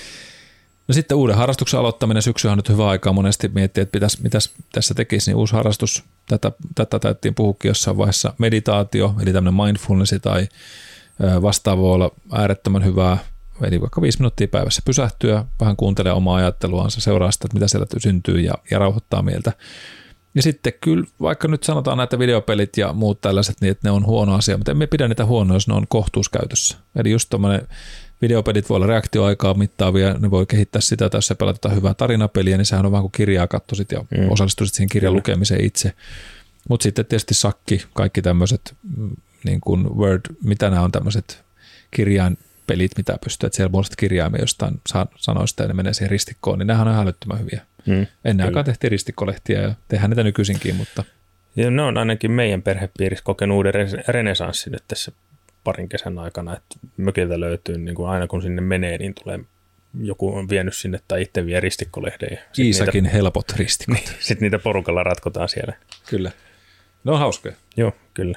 No sitten uuden harrastuksen aloittaminen, syksy on nyt hyvä aikaa monesti miettiä, että pitäisi, mitäs tässä tekisi, niin uusi harrastus, tätä, tätä täyttiin puhukin jossain vaiheessa, meditaatio, eli tämmöinen mindfulness tai vastaava voi olla äärettömän hyvää, eli vaikka viisi minuuttia päivässä pysähtyä, vähän kuuntelee omaa ajatteluansa, seuraa sitä, että mitä siellä syntyy ja, ja rauhoittaa mieltä. Ja sitten kyllä, vaikka nyt sanotaan näitä videopelit ja muut tällaiset, niin että ne on huono asia, mutta emme pidä niitä huonoja, jos ne on kohtuuskäytössä. Eli just tuommoinen videopelit voi olla reaktioaikaa mittaavia, ne voi kehittää sitä, tai jos sä pelaat jotain hyvää tarinapeliä, niin sehän on vähän kuin kirjaa katsoisit ja mm. osallistuisit siihen kirjan lukemiseen itse. Mutta sitten tietysti sakki, kaikki tämmöiset niin kuin Word, mitä nämä on tämmöiset kirjainpelit, mitä pystyy, että siellä muodostat kirjaimia jostain sanoista ja ne menee siihen ristikkoon, niin nehän on ihan älyttömän hyviä. Mm, Ennen aikaa tehtiin ristikkolehtiä ja tehdään niitä nykyisinkin, mutta... Ja ne on ainakin meidän perhepiirissä kokenut uuden renesanssin nyt tässä parin kesän aikana, että mökiltä löytyy, niin kuin aina kun sinne menee, niin tulee joku on vienyt sinne tai itse vie ristikkolehden. Iisakin niitä, helpot ristikot. Niin, sitten niitä porukalla ratkotaan siellä. Kyllä. Ne on hauskoja. Joo, kyllä.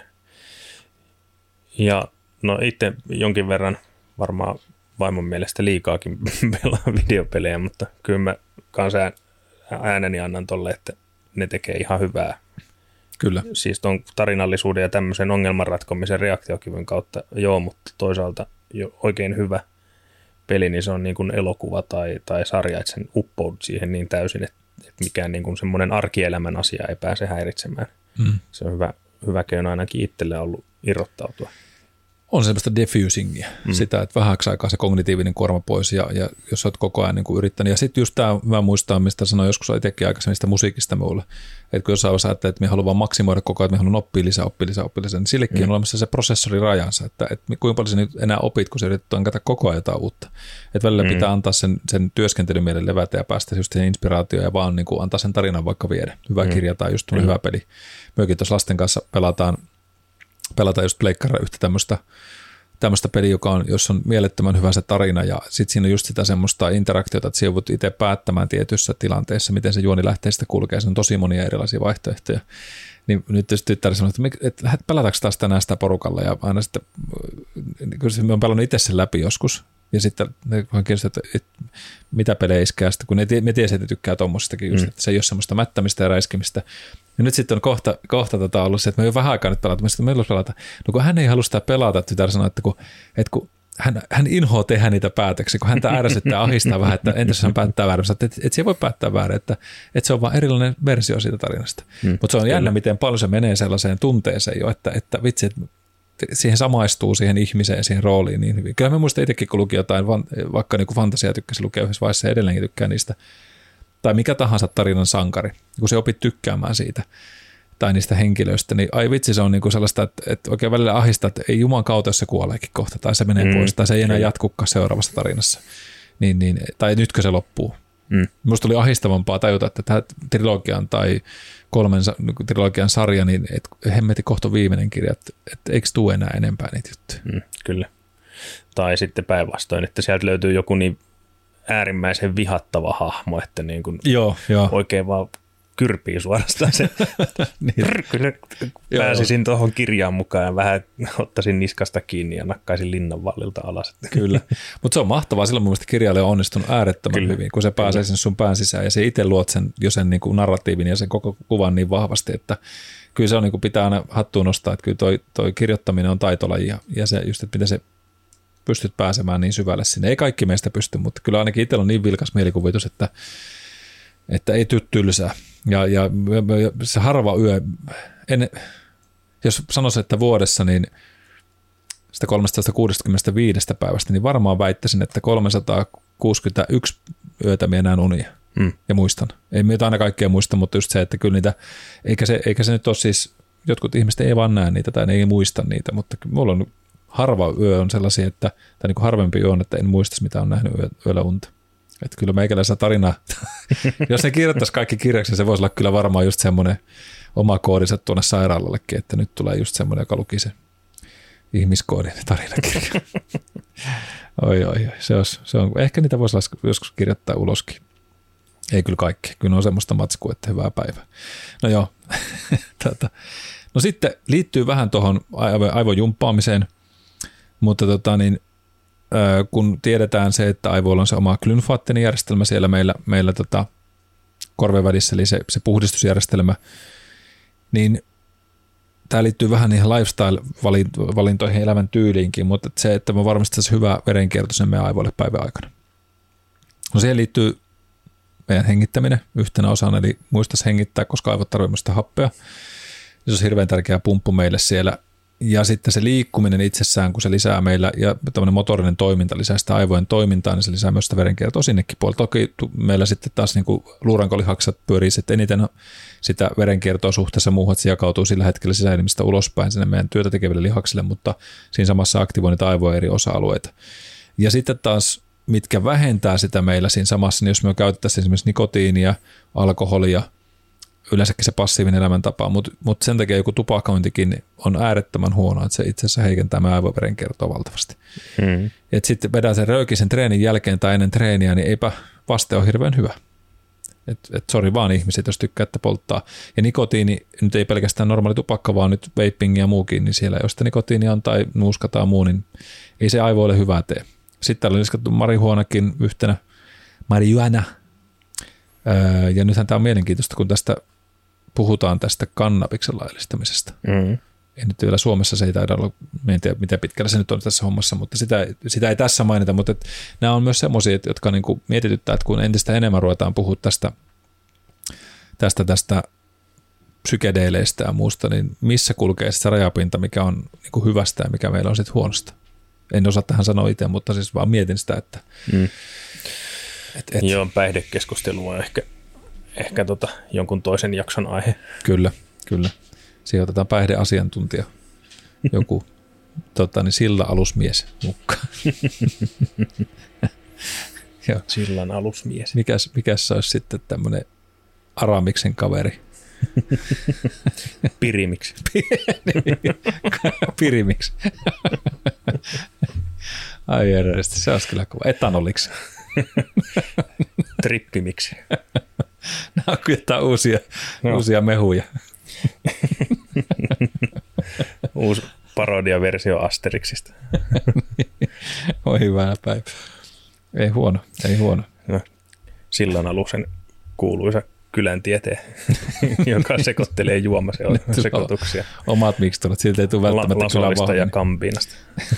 Ja no itse jonkin verran varmaan vaimon mielestä liikaakin pelaan videopelejä, mutta kyllä mä kanssa ääneni annan tolle, että ne tekee ihan hyvää. Kyllä. Siis tuon tarinallisuuden ja tämmöisen ongelmanratkomisen reaktiokyvyn kautta, joo, mutta toisaalta jo oikein hyvä peli, niin se on niin kuin elokuva tai, tai sarja, että sen uppoudut siihen niin täysin, että, että mikään niin kuin semmoinen arkielämän asia ei pääse häiritsemään. Mm. Se on hyvä, hyvä keino ainakin itselle ollut irrottautua. On semmoista diffusingia, mm. sitä, että vähäksi aikaa se kognitiivinen kuorma pois ja, ja jos olet koko ajan niin kuin yrittänyt. Ja sitten just tämä, mä muistan, mistä sanoin joskus itsekin aikaisemmin sitä musiikista mulle, että kun jossain vaiheessa ajattelee, että me haluan vaan maksimoida koko ajan, että me haluan oppia lisää, oppia lisää, oppia lisää, niin sillekin mm. on olemassa se prosessorirajansa, että, että kuinka paljon sä nyt enää opit, kun sä yrität ankata koko ajan jotain uutta. Että välillä mm. pitää antaa sen, sen työskentelymielen levätä ja päästä just siihen inspiraatioon ja vaan niin kuin antaa sen tarinan vaikka viedä. Hyvä mm. kirja tai just mm. hyvä peli. Myöskin tuossa lasten kanssa pelataan, pelataan just pleikkara yhtä tämmöistä tämmöistä peliä, joka on, jos on mielettömän hyvä se tarina ja sitten siinä on just sitä semmoista interaktiota, että joudut itse päättämään tietyissä tilanteissa, miten se juoni lähtee sitä kulkee. Se on tosi monia erilaisia vaihtoehtoja. Niin nyt tietysti tyttäri sanoi, että, että lähdet pelataanko taas tänään sitä porukalla ja aina sitten, kyllä me on pelannut itse sen läpi joskus ja sitten vaan kiinnostaa, että, että mitä pelejä iskää sitten, kun ne, me tiesi, että tykkää tommosistakin just, mm. että se ei ole semmoista mättämistä ja räiskimistä. Ja nyt sitten on kohta, kohta tota ollut se, että me ei ole vähän aikaa nyt pelata. Mä sitten meillä olisi pelata. No kun hän ei halua sitä pelata, tytär sanoi, että kun, että kun hän, hän inhoaa tehdä niitä päätöksiä, kun häntä ärsyttää ahistaa vähän, että entäs hän päättää väärin. Että, että, että se ei voi päättää väärin, että, että se on vaan erilainen versio siitä tarinasta. Hmm, Mutta se on jännä, miten paljon se menee sellaiseen tunteeseen jo, että, että vitsi, että siihen samaistuu siihen ihmiseen, siihen rooliin niin hyvin. Kyllä mä muistan itsekin, kun luki jotain, vaikka niin kuin fantasiaa tykkäsi lukea yhdessä vaiheessa ja edelleenkin tykkää niistä, tai mikä tahansa tarinan sankari, kun se opit tykkäämään siitä tai niistä henkilöistä, niin ai vitsi, se on niinku sellaista, että, että oikein välillä ahistaa, että ei juman kautta, jos se kuoleekin kohta, tai se menee mm. pois, tai se ei enää jatkukaan seuraavassa tarinassa, niin, niin, tai nytkö se loppuu. Mm. Minusta oli ahistavampaa tajuta, että tämä trilogian tai kolmen trilogian sarja, niin et, hemmetin kohta viimeinen kirja, että, että eikö tule enää enempää niitä juttuja. Mm, kyllä. Tai sitten päinvastoin, että sieltä löytyy joku niin äärimmäisen vihattava hahmo, että niin kuin joo, joo. oikein vaan kyrpii suorastaan se. niin. Pääsisin tuohon kirjaan mukaan ja vähän ottaisin niskasta kiinni ja nakkaisin linnanvallilta alas. Kyllä, mutta se on mahtavaa. Silloin mun mielestä kirjailija on onnistunut äärettömän Kyllä. hyvin, kun se pääsee sen sun pään sisään ja se itse luot sen, jo sen niin kuin narratiivin ja sen koko kuvan niin vahvasti, että kyllä se on, niin kuin pitää aina hattuun nostaa, että kyllä toi, toi kirjoittaminen on taitolaji ja, ja se just, että miten se pystyt pääsemään niin syvälle sinne. Ei kaikki meistä pysty, mutta kyllä ainakin itsellä on niin vilkas mielikuvitus, että, että ei tyy tylsää. Ja, ja se harva yö, en, jos sanoisin, että vuodessa, niin sitä kolmesataakuusikymmentäviisi päivästä, niin varmaan väittäisin, että kolmesataakuusikymmentäyksi yötä minä näen unia mm. ja muistan. Ei minä aina kaikkea muista, mutta just se, että kyllä niitä, eikä se, eikä se nyt ole siis, jotkut ihmiset ei vaan näe niitä tai ne ei muista niitä, mutta mulla on harva yö on sellaisia, että, tai niin kuin harvempi yö on, että en muistaisi, mitä on nähnyt yö, yöllä unta. Että kyllä meikäläisellä tarinaa, jos ne kirjoittaisi kaikki kirjaksi, se voisi olla kyllä varmaan just semmoinen oma koodinsa tuonne sairaalallekin, että nyt tulee just semmoinen, joka luki se ihmiskoodin tarinakirja. oi, oi, oi. Se on, se on, ehkä niitä voisi joskus kirjoittaa uloskin. Ei kyllä kaikki. Kyllä on semmoista matskua, että hyvää päivää. No joo. Tätä. No sitten liittyy vähän tuohon aivojumppaamiseen, mutta tota niin, kun tiedetään se, että aivoilla on se oma Glynfaattinen järjestelmä siellä meillä, meillä tota korven välissä, eli se, se puhdistusjärjestelmä, niin tämä liittyy vähän niihin lifestyle-valintoihin elämän tyyliinkin, mutta se, että me varmistaisiin hyvä verenkierto sen meidän aivoille päivän aikana. No siihen liittyy meidän hengittäminen yhtenä osana, eli muistaisi hengittää, koska aivot tarvitsevat sitä happea. Se on hirveän tärkeä pumppu meille siellä. Ja sitten se liikkuminen itsessään, kun se lisää meillä, ja tämmöinen motorinen toiminta lisää sitä aivojen toimintaa, niin se lisää myös sitä verenkiertoa sinnekin puolella. Toki meillä sitten taas niin kuin luurankolihakset pyörii sitten eniten sitä verenkiertoa suhteessa muuhun, että se jakautuu sillä hetkellä sisäelimistä ulospäin sinne meidän työtä tekeville lihaksille, mutta siinä samassa aktivoi niitä aivojen eri osa-alueita. Ja sitten taas, mitkä vähentää sitä meillä siinä samassa, niin jos me käytettäisiin esimerkiksi nikotiinia, alkoholia, yleensäkin se passiivinen elämäntapa, mutta mut sen takia joku tupakointikin on äärettömän huono, että se itse asiassa heikentää meidän aivoverenkiertoa valtavasti. Mm. Että sitten vedää sen röykisen treenin jälkeen tai ennen treeniä, niin eipä vaste ole hirveän hyvä. Että et sori vaan ihmiset, jos tykkäätte polttaa. Ja nikotiini, nyt ei pelkästään normaali tupakka, vaan nyt vaping ja muukin, niin siellä jos nikotiini on tai nuuska tai muu, niin ei se aivoille hyvää tee. Sitten täällä on liskattu marihuonakin yhtenä, marihuana. Öö, ja nythän tämä on mielenkiintoista, kun tästä puhutaan tästä kannabiksen laillistamisesta. Mm. Ja nyt vielä Suomessa se ei taida olla, en tiedä miten pitkällä se nyt on tässä hommassa, mutta sitä, sitä ei tässä mainita, mutta et nämä on myös semmoisia, jotka niinku mietityttää, että kun entistä enemmän ruvetaan puhua tästä, tästä, tästä psykedeileistä ja muusta, niin missä kulkee se rajapinta, mikä on niinku hyvästä ja mikä meillä on sitten huonosta. En osaa tähän sanoa itse, mutta siis vaan mietin sitä, että mm. et, et. Joo, päihdekeskustelu on ehkä, ehkä tota, jonkun toisen jakson aihe. Kyllä, kyllä. Siihen otetaan päihdeasiantuntija, joku tota, niin silla-alusmies mukaan. Sillan alusmies. Mikäs, mikäs se olisi sitten tämmöinen Aramiksen kaveri? Pirimiksi. Pirimiksi. Ai järjesti, se olisi kyllä kova. Etanoliksi. Trippimiksi. Nämä on kyllä uusia, no. uusia mehuja. Uusi parodiaversio Asterixista. Oi hyvänä päivä. Ei huono, ei huono. No, sillan alusen kuuluisa kylän tieteen, joka sekoittelee juomasekoituksia. Omat miksturat, siltä ei tule välttämättä La- kylän vahvin. ja kampiinasta.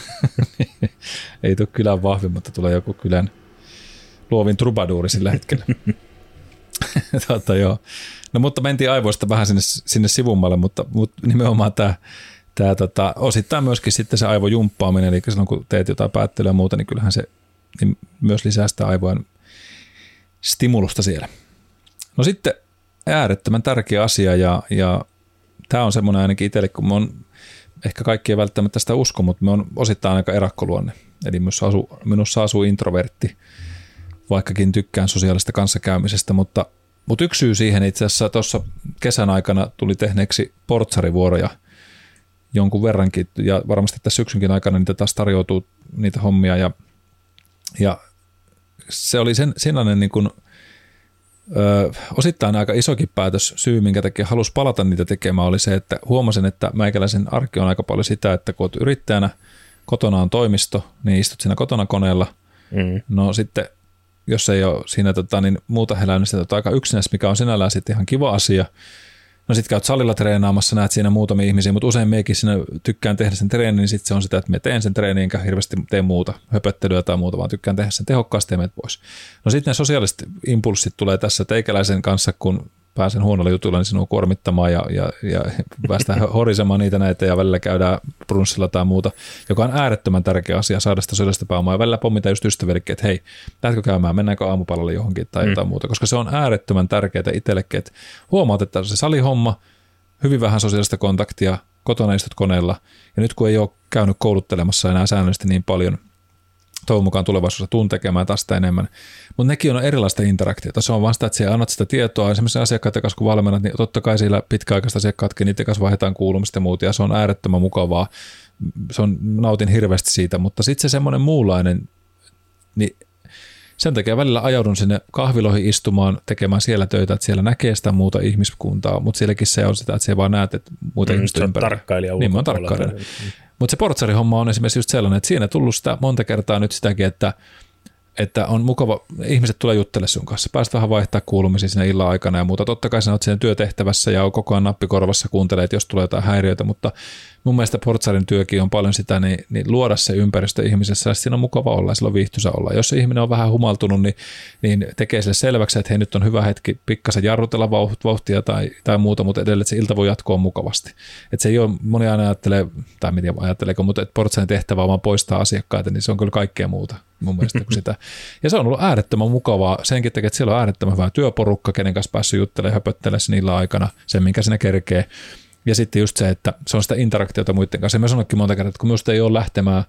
Ei tule kylän vahvin, mutta tulee joku kylän luovin trubaduuri sillä hetkellä. Totta, joo. No mutta mentiin aivoista vähän sinne, sinne sivummalle, mutta, mutta nimenomaan tämä, tämä tota, osittain myöskin sitten se aivojumppaaminen, eli silloin kun teet jotain päättelyä ja muuta, niin kyllähän se niin myös lisää sitä aivojen stimulusta siellä. No sitten äärettömän tärkeä asia, ja, ja tämä on semmoinen ainakin itselle, kun me on, ehkä kaikki ei välttämättä sitä usko, mutta me on osittain aika erakkoluonne. Eli minussa asuu, minussa asuu introvertti, vaikkakin tykkään sosiaalista kanssakäymisestä, mutta, mutta yksi syy siihen itse asiassa tuossa kesän aikana tuli tehneeksi portsarivuoroja jonkun verrankin, ja varmasti tässä syksynkin aikana niitä taas tarjoutuu niitä hommia, ja, ja se oli sen, sellainen niin kuin, ö, osittain aika isokin päätös, syy minkä takia halusi palata niitä tekemään, oli se, että huomasin, että meikäläisen arki on aika paljon sitä, että kun olet yrittäjänä, kotona on toimisto, niin istut siinä kotona koneella, mm. no sitten jos ei ole siinä tota, niin muuta heläynnistä niin aika yksinäistä, mikä on sinällään sitten ihan kiva asia. No sitten käyt salilla treenaamassa, näet siinä muutamia ihmisiä, mutta usein meikin siinä tykkään tehdä sen treenin, niin sitten se on sitä, että me teen sen treenin, enkä hirveästi tee muuta, höpöttelyä tai muuta, vaan tykkään tehdä sen tehokkaasti ja menet pois. No sitten ne sosiaaliset impulssit tulee tässä teikäläisen kanssa, kun pääsen huonolla jutulla, niin sinua kuormittamaan ja, ja, ja päästään horisemaan niitä näitä ja välillä käydään brunssilla tai muuta, joka on äärettömän tärkeä asia saada sitä sosiaalista pääomaa ja välillä pommita just ystävillekin, että hei, lähdetkö käymään, mennäänkö aamupalalle johonkin tai mm. jotain muuta, koska se on äärettömän tärkeää itsellekin, että huomaat, että se salihomma, hyvin vähän sosiaalista kontaktia, kotona istut koneella ja nyt kun ei ole käynyt kouluttelemassa enää säännöllisesti niin paljon, toivon mukaan tulevaisuudessa tuun tekemään tästä enemmän. Mutta nekin on erilaista interaktiota. Se on vasta, että siellä annat sitä tietoa. Esimerkiksi asiakkaiden kanssa, kun valmennat, niin totta kai siellä pitkäaikaiset asiakkaatkin, niiden kanssa vaihdetaan kuulumista ja muuta, ja se on äärettömän mukavaa. Se on, nautin hirveästi siitä, mutta sitten se semmoinen muunlainen, niin sen takia välillä ajaudun sinne kahviloihin istumaan, tekemään siellä töitä, että siellä näkee sitä muuta ihmiskuntaa, mutta sielläkin se on sitä, että siellä vaan näet, että muuta mm, ihmistä ympärillä. Tarkkailija niin, mä oon tarkkailija. Mutta se portsarihomma on esimerkiksi just sellainen, että siinä tullut sitä monta kertaa nyt sitäkin, että, että on mukava, ihmiset tulee juttelemaan sun kanssa, pääset vähän vaihtaa kuulumisia siinä illan aikana ja muuta. Totta kai sä oot siinä työtehtävässä ja on koko ajan nappikorvassa, kuuntelee, että jos tulee jotain häiriöitä, mutta mun mielestä portsarin työkin on paljon sitä, niin, niin luoda se ympäristö ihmisessä, ja siinä on mukava olla ja sillä on viihtyisä olla. Jos se ihminen on vähän humaltunut, niin, niin tekee sille selväksi, että hei, nyt on hyvä hetki pikkasen jarrutella vauhtia tai, tai muuta, mutta edelleen, että se ilta voi jatkoa mukavasti. Että se ei ole, moni aina ajattelee, tai miten ajatteleeko, mutta että portsarin tehtävä on vaan poistaa asiakkaita, niin se on kyllä kaikkea muuta mun mielestä kuin sitä. Ja se on ollut äärettömän mukavaa senkin takia, että siellä on äärettömän hyvä työporukka, kenen kanssa päässyt juttelemaan ja höpöttelemään niillä aikana sen, minkä sinne kerkee. Ja sitten just se, että se on sitä interaktiota muiden kanssa. Ja mä sanoinkin monta kertaa, että kun minusta ei ole lähtemään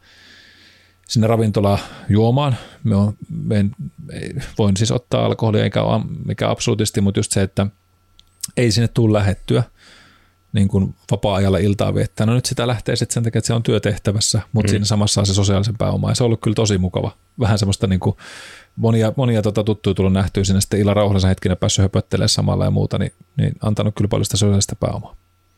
sinne ravintolaan juomaan, me on, me en, ei, voin siis ottaa alkoholia, eikä ole mikä absoluutisti, mutta just se, että ei sinne tule lähettyä niin kuin vapaa-ajalla iltaa viettää. No nyt sitä lähtee sitten sen takia, että se on työtehtävässä, mutta mm. siinä samassa on se sosiaalisen pääoma. Ja se on ollut kyllä tosi mukava. Vähän semmoista niin kuin monia, monia tota tuttuja tullut nähtyä sinne sitten illan rauhallisen hetkinä päässyt höpöttelemään samalla ja muuta, niin, niin antanut kyllä paljon sitä sosiaalista pääomaa.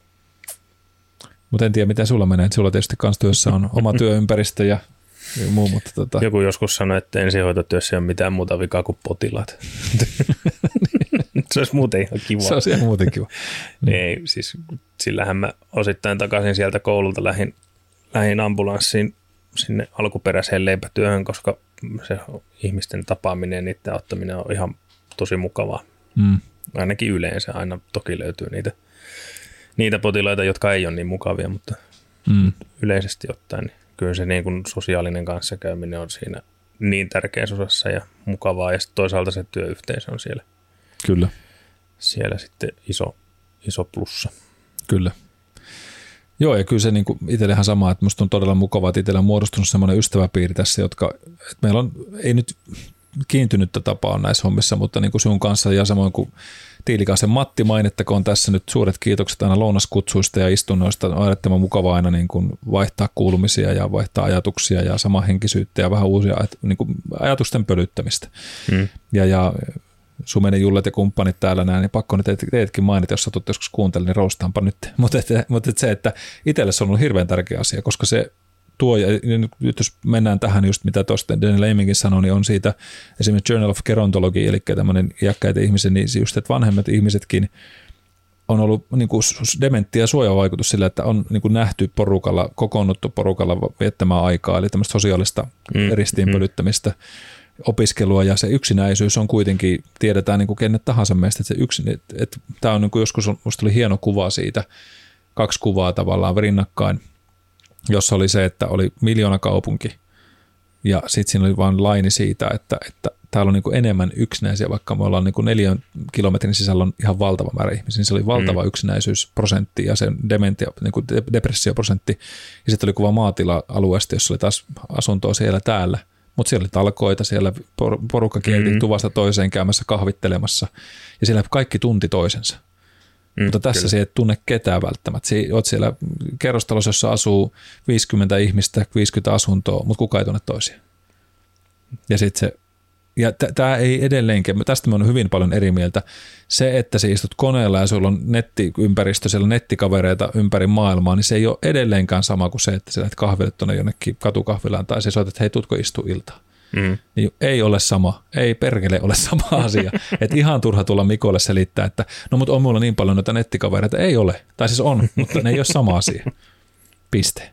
Mutta en tiedä, miten sulla menee. Sulla tietysti kans työssä on oma työympäristö ja muu. Mutta tota. Joku joskus sanoi, että ensihoitotyössä ei ole mitään muuta vikaa kuin potilaat. Se olisi muuten ihan kiva. Se olisi ihan muuten kiva. Niin. Ei, siis sillähän mä osittain takaisin sieltä koululta lähin, lähin ambulanssiin sinne alkuperäiseen leipätyöhön, koska se ihmisten tapaaminen ja niiden ottaminen on ihan tosi mukavaa. Mm. Ainakin yleensä aina toki löytyy niitä, niitä potilaita, jotka ei ole niin mukavia, mutta mm. yleisesti ottaen niin kyllä se niin kuin sosiaalinen kanssakäyminen on siinä niin tärkeässä osassa ja mukavaa, ja sitten toisaalta se työyhteisö on siellä. Kyllä. Siellä sitten iso, iso plussa. Kyllä. Joo, ja kyllä se niin itsellähän sama, että musta on todella mukavaa, että itsellä on muodostunut semmoinen ystäväpiiri tässä, jotka, että meillä on, ei nyt kiintynyttä tapaa näissä hommissa, mutta niin kuin sun kanssa ja samoin kuin Tiilikaisen Matti mainittakoon tässä nyt suuret kiitokset aina lounaskutsuista ja istunnoista. On äärettömän mukavaa aina niin kuin vaihtaa kuulumisia ja vaihtaa ajatuksia ja samanhenkisyyttä ja vähän uusia niin kuin ajatusten pölyttämistä. Hmm. Ja, ja Sumenen Jullet ja kumppanit täällä näin, niin pakko nyt teidätkin mainita, jos satut joskus kuuntelemaan, niin roustaanpa nyt. Mutta, että, mutta että se, että itselle se on ollut hirveän tärkeä asia, koska se tuo, ja nyt jos mennään tähän just mitä tuosta Daniel Amenkin sanoi, niin on siitä esimerkiksi Journal of Gerontology, eli tämmöinen iäkkäitä ihmisiä, niin just, että vanhemmat ihmisetkin on ollut niin kuin dementtiä suojavaikutus sillä, että on niin kuin nähty porukalla, kokoonnuttu porukalla viettämään aikaa, eli tämmöistä sosiaalista mm, ristiinpölyttämistä, mm. opiskelua, ja se yksinäisyys on kuitenkin, tiedetään niin kuin kenet tahansa meistä, että, se yksin, että, että tämä on niin kuin joskus, musta oli hieno kuva siitä, kaksi kuvaa tavallaan rinnakkain, jossa oli se, että oli miljoonakaupunki ja sitten siinä oli vain laini siitä, että, että täällä on niin kuin enemmän yksinäisiä, vaikka me ollaan niin kuin neljän kilometrin sisällä on ihan valtava määrä ihmisiä, niin se oli valtava mm. yksinäisyysprosentti ja se dementia, niin kuin depressioprosentti, ja sitten oli kuva maatila-alueesta, jossa oli taas asuntoa siellä täällä, mutta siellä oli talkoita, siellä porukka kierti mm. tuvasta toiseen käymässä kahvittelemassa, ja siellä kaikki tunti toisensa. Mm, mutta tässä se ei tunne ketään välttämättä. Olet siellä kerrostalossa, jossa asuu viisikymmentä ihmistä, viisikymmentä asuntoa, mutta kukaan ei tunne toisia. Ja sitten se, ja tämä ei edelleenkin, tästä me on hyvin paljon eri mieltä. Se, että sä istut koneella ja sulla on nettiympäristö, siellä on nettikavereita ympäri maailmaa, niin se ei ole edelleenkään sama kuin se, että sä lähdet kahville tuonne jonnekin katukahvilaan tai sä soitat, että hei, tutko istua iltaan. Mm. Niin ei ole sama, ei perkele ole sama asia. Että ihan turha tulla Mikolle selittää, että no mutta on mulla niin paljon noita nettikavereita. Ei ole, tai siis on, mutta ne ei ole sama asia. Piste.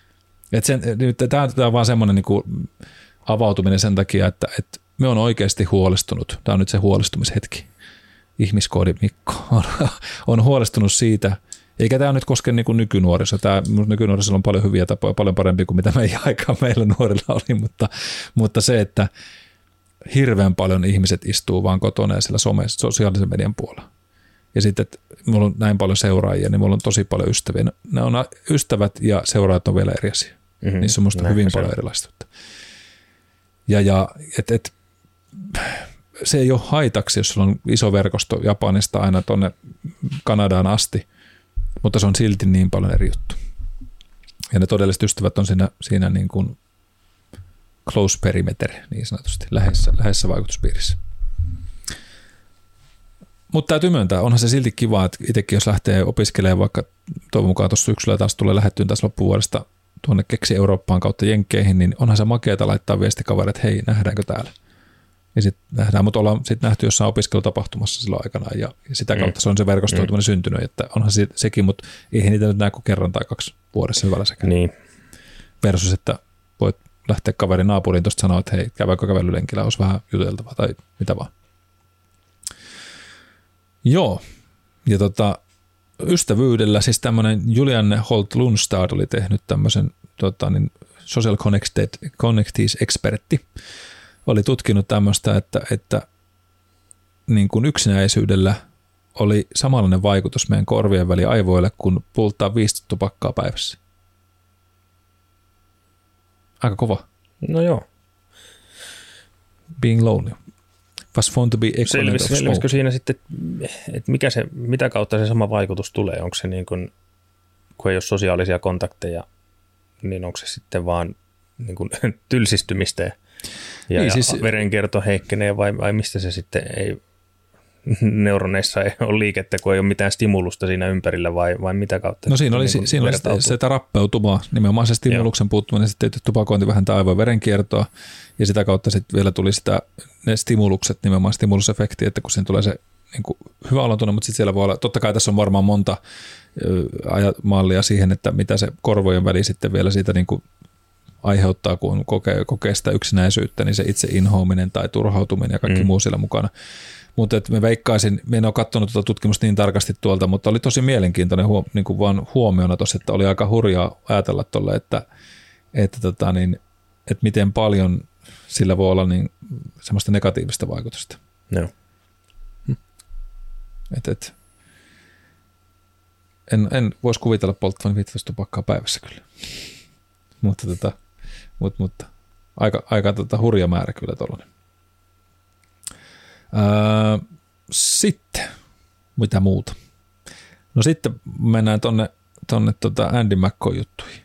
Tämä on vaan semmoinen niinku avautuminen sen takia, että, että me on oikeasti huolestunut. Tämä on nyt se huolestumishetki. Ihmiskoodi Mikko on, on huolestunut siitä, eikä tämä nyt koske niin kuin nykynuoriso. Tämä nykynuorisolla on paljon hyviä tapoja, paljon parempi kuin mitä meidän aikaa meillä nuorilla oli, mutta, mutta se, että hirveän paljon ihmiset istuu vaan kotona ja siellä some, sosiaalisen median puolella. Ja sitten, että mulla on näin paljon seuraajia, niin mulla on tosi paljon ystäviä. Ne on ystävät ja seuraajat on vielä eri asia. Mm-hmm. Niissä on musta hyvin paljon on. Erilaisuutta. Ja, ja et, et, se ei ole haitaksi, jos sulla on iso verkosto Japanista aina tuonne Kanadaan asti, mutta se on silti niin paljon eri juttu. Ja ne todelliset ystävät on siinä, siinä niin kuin close perimeter, niin sanotusti, läheisessä, läheisessä vaikutuspiirissä. Mutta täytyy myöntää, onhan se silti kiva, että itsekin jos lähtee opiskelemaan, vaikka toivon mukaan tuossa syksyllä taas tulee lähettyyn taas loppuvuodesta tuonne Keksi Eurooppaan kautta Jenkkeihin, niin onhan se makeata laittaa viestikavereille, että hei, nähdäänkö täällä? Ja sitten nähdään, mutta ollaan sitten nähty jossain opiskelutapahtumassa silloin aikanaan, ja, ja sitä kautta mm. se on se verkostoituminen mm. syntynyt, että onhan se, sekin, mutta eihän niitä nyt näe kuin kerran tai kaksi vuodessa hyvällä sekä. Niin. Versus, että voit lähteä kaverin naapuriin tuosta sanoa, että hei, käydäänkö kävelylenkillä, olisi vähän juteltavaa tai mitä vaan. Joo, ja tota, ystävyydellä, siis tämmöinen Julianne Holt-Lundstad oli tehnyt tämmöisen tota, niin Social Connectees-ekspertti, oli tutkinut tämmöistä, että, että niin kuin yksinäisyydellä oli samanlainen vaikutus meidän korvien väli aivoille, kun polttaa viisi tupakkaa päivässä. Aika kova. No joo. Being lonely. Was fun to be equivalent of smoke. Selvisikö siinä sitten, että mikä se, mitä kautta se sama vaikutus tulee? Onko se niin kuin, kun ei ole sosiaalisia kontakteja, niin onko se sitten vaan niin kuin tylsistymistä ja, niin, ja siis, verenkierto heikkenee vai, vai mistä se sitten ei, neuroneissa ei ole liikettä, kun ei ole mitään stimulusta siinä ympärillä vai, vai mitä kautta? No siinä oli, niin siinä oli se, se rappeutumaa, nimenomaan se stimuluksen puuttuminen, sitten tupakointi vähentää aivojen verenkiertoa ja sitä kautta sitten vielä tuli sitä, ne stimulukset, nimenomaan stimulusefekti, että kun siinä tulee se niin kuin hyvä olotunne, mutta sitten siellä voi olla, totta kai tässä on varmaan monta mallia siihen, että mitä se korvojen väli sitten vielä siitä niin kuin aiheuttaa, kun kokee, kokee sitä yksinäisyyttä, niin se itse inhoaminen tai turhautuminen ja kaikki mm. muu siellä mukana. Mutta me veikkaisin, me en ole katsonut tuota tutkimusta niin tarkasti tuolta, mutta oli tosi mielenkiintoinen huom, niin kuin vaan huomiona tuossa, että oli aika hurjaa ajatella tuolle, että, että, tota niin, että miten paljon sillä voi olla niin semmoista negatiivista vaikutusta. No. Hm. Et, et. En, en voisi kuvitella polttavan viisitoista tupakkaa päivässä kyllä, mutta, tota, mutta, mutta aika, aika tota hurja määrä kyllä tuollainen. Öö, sitten, mitä muuta? No sitten mennään tonne, tonne tota Andy McCoy juttuihin.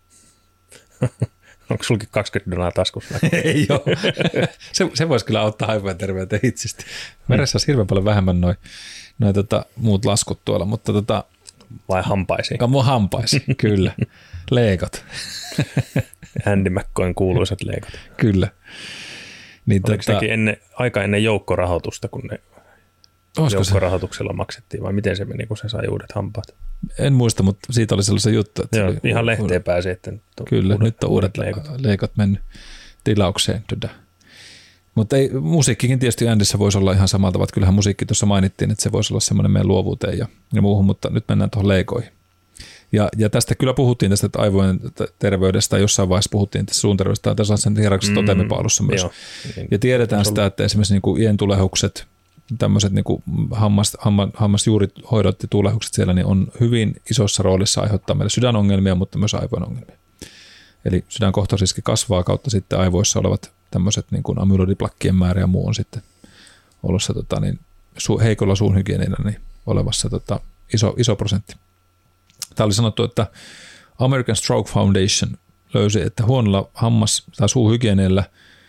Onko sulki kaksikymmentä dollaa taskussa? Ei ole. Se, se voisi kyllä auttaa aivojen terveyteen itsesti. Veressä olisi hirveän paljon vähemmän noin noi, tota, muut laskut tuolla, mutta tota, vai hampaisiin? Mun hampaisiin, kyllä. Leikot. Andy McCoyn kuuluisat leikot. Kyllä. Niin Oliko tota, sekin ennen, aika ennen joukkorahoitusta, kun ne joukkorahoituksella se maksettiin, vai miten se meni, kun se sai uudet hampaat? En muista, mutta siitä oli sellaisen juttu. Että Joo, oli ihan u- lehteen u- pääsi, että kyllä, uudet, nyt on uudet leikot, leikot mennyt tilaukseen. Tydä. Mutta ei, musiikkikin tietysti Andyssä voisi olla ihan samalta, vaan kyllähän musiikki tuossa mainittiin, että se voisi olla semmoinen meidän luovuuteen ja, ja muuhun, mutta nyt mennään tuohon leikoihin. Ja, ja tästä kyllä puhuttiin tästä aivojen terveydestä, jossain vaiheessa puhuttiin tästä suun terveydestä, tai tässä sen hierarkisessa mm, toteamipaalussa myös. Jo, niin, ja tiedetään sitä, että esimerkiksi niin kuin ientulehukset, tämmöiset niin kuin hammas, hammas, hammasjuurihoidot ja tulehukset siellä, niin on hyvin isossa roolissa aiheuttaa meille sydänongelmia, mutta myös aivojen ongelmia. Eli sydänkohtausriski kasvaa kautta sitten aivoissa olevat tämmöiset niin kuin amyloidiplakkien määrä ja muu on sitten olossa tota, niin, su, heikolla suunhygienillä niin olevassa tota, iso, iso prosentti. Tämä oli sanottu, että American Stroke Foundation löysi, että huonolla hammas- tai suuhygieneillä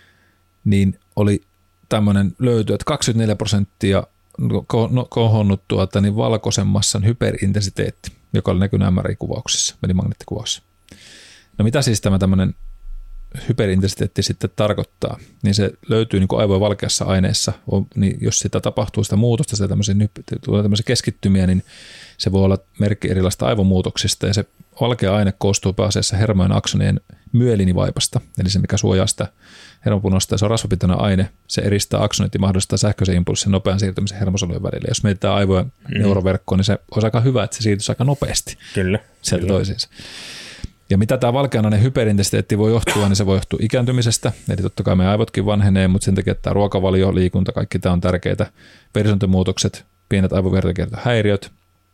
niin oli tämmöinen löyty, että kaksikymmentäneljä prosenttia kohonnut tuota, niin valkoisen massan hyperintensiteetti, joka oli näkynyt M R I-kuvauksissa, eli magneettikuvauksissa. No mitä siis tämä tämmöinen hyperintensiteetti sitten tarkoittaa, niin se löytyy niin kuin aivojen valkeassa aineessa, niin jos sitä tapahtuu sitä muutosta, sitä tämmöisiä, tulee tämmöisiä keskittymiä, niin se voi olla merkki erilaisista aivomuutoksista, ja se valkea aine koostuu pääasiassa hermojen aksonien myelinivaipasta, eli se mikä suojaa sitä hermopunosta, ja se on rasvapitoinen aine, se eristää aksonit ja mahdollistaa sähköisen impulssin nopean siirtymisen hermosolujen välillä. Jos mietitään aivojen mm. neuroverkkoa, niin se olisi aika hyvä, että se siirtyisi aika nopeasti Kyllä. sieltä Kyllä. toisiinsa. Ja mitä tämä valkeanainen hyperintensiteetti voi johtua, niin se voi johtua ikääntymisestä, eli totta kai meidän aivotkin vanhenee, mutta sen takia tämä ruokavalio, liikunta, kaikki tämä on tärkeää. Verisontomuutokset, pienet aivovertokiertohäiriöt,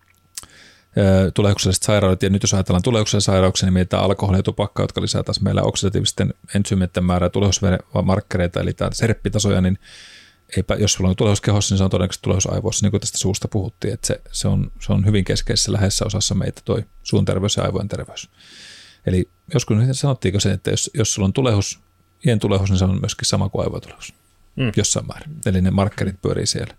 tulehdukselliset sairaudet, ja nyt jos ajatellaan tulehdukselliset sairauksia, niin mietitään alkoholia ja tupakkaa, jotka lisää taas meillä oksidatiivisten entsyymeiden määrää, tulehdusmarkkereita, eli tämä serppitasoja, niin eipä, jos sulla on tulehdus kehossa, niin se on todennäköisesti tulehdus aivoissa, niin kuin tästä suusta puhuttiin, että se, se, on, se on hyvin keskeisessä läheisessä osassa meitä toi suun terveys ja aivojen terveys. Eli joskus sanottiinko se, että jos, jos sulla on tulehus, ien tulehus, niin se on myöskin sama kuin aivotulehus mm. jossain määrin. Eli ne markkerit pyörii siellä.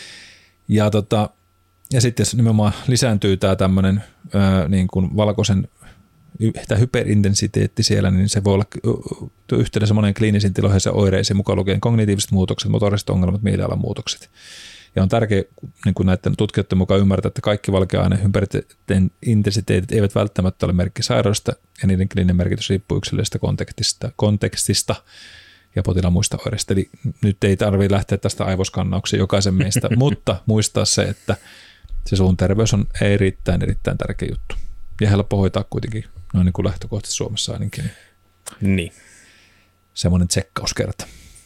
Ja, tota, ja sitten jos nimenomaan lisääntyy tämä tämmöinen ää, niin kuin valkoisen tämä hyperintensiteetti siellä, niin se voi olla yhteydessä monen kliinisiin tiloihin ja oireisiin, mukaan lukien kognitiiviset muutokset, motoriset ongelmat, mielialan muutokset. Ja on tärkeää niin kuin näiden tutkijoiden mukaan ymmärtää, että kaikki valkea-aineen hyperintensiteetit eivät välttämättä ole merkki sairaudesta, ja niiden kliininen merkitys riippuu yksilöllisestä kontekstista, kontekstista ja potilaan muista oireista. Eli nyt ei tarvitse lähteä tästä aivoskannaukseen jokaisen meistä, mutta muistaa se, että se suun terveys on erittäin, erittäin tärkeä juttu. Ja helppo hoitaa kuitenkin noin niin kuin lähtökohtaisesti Suomessa ainakin. Niin. Semmoinen tsekkauskerta.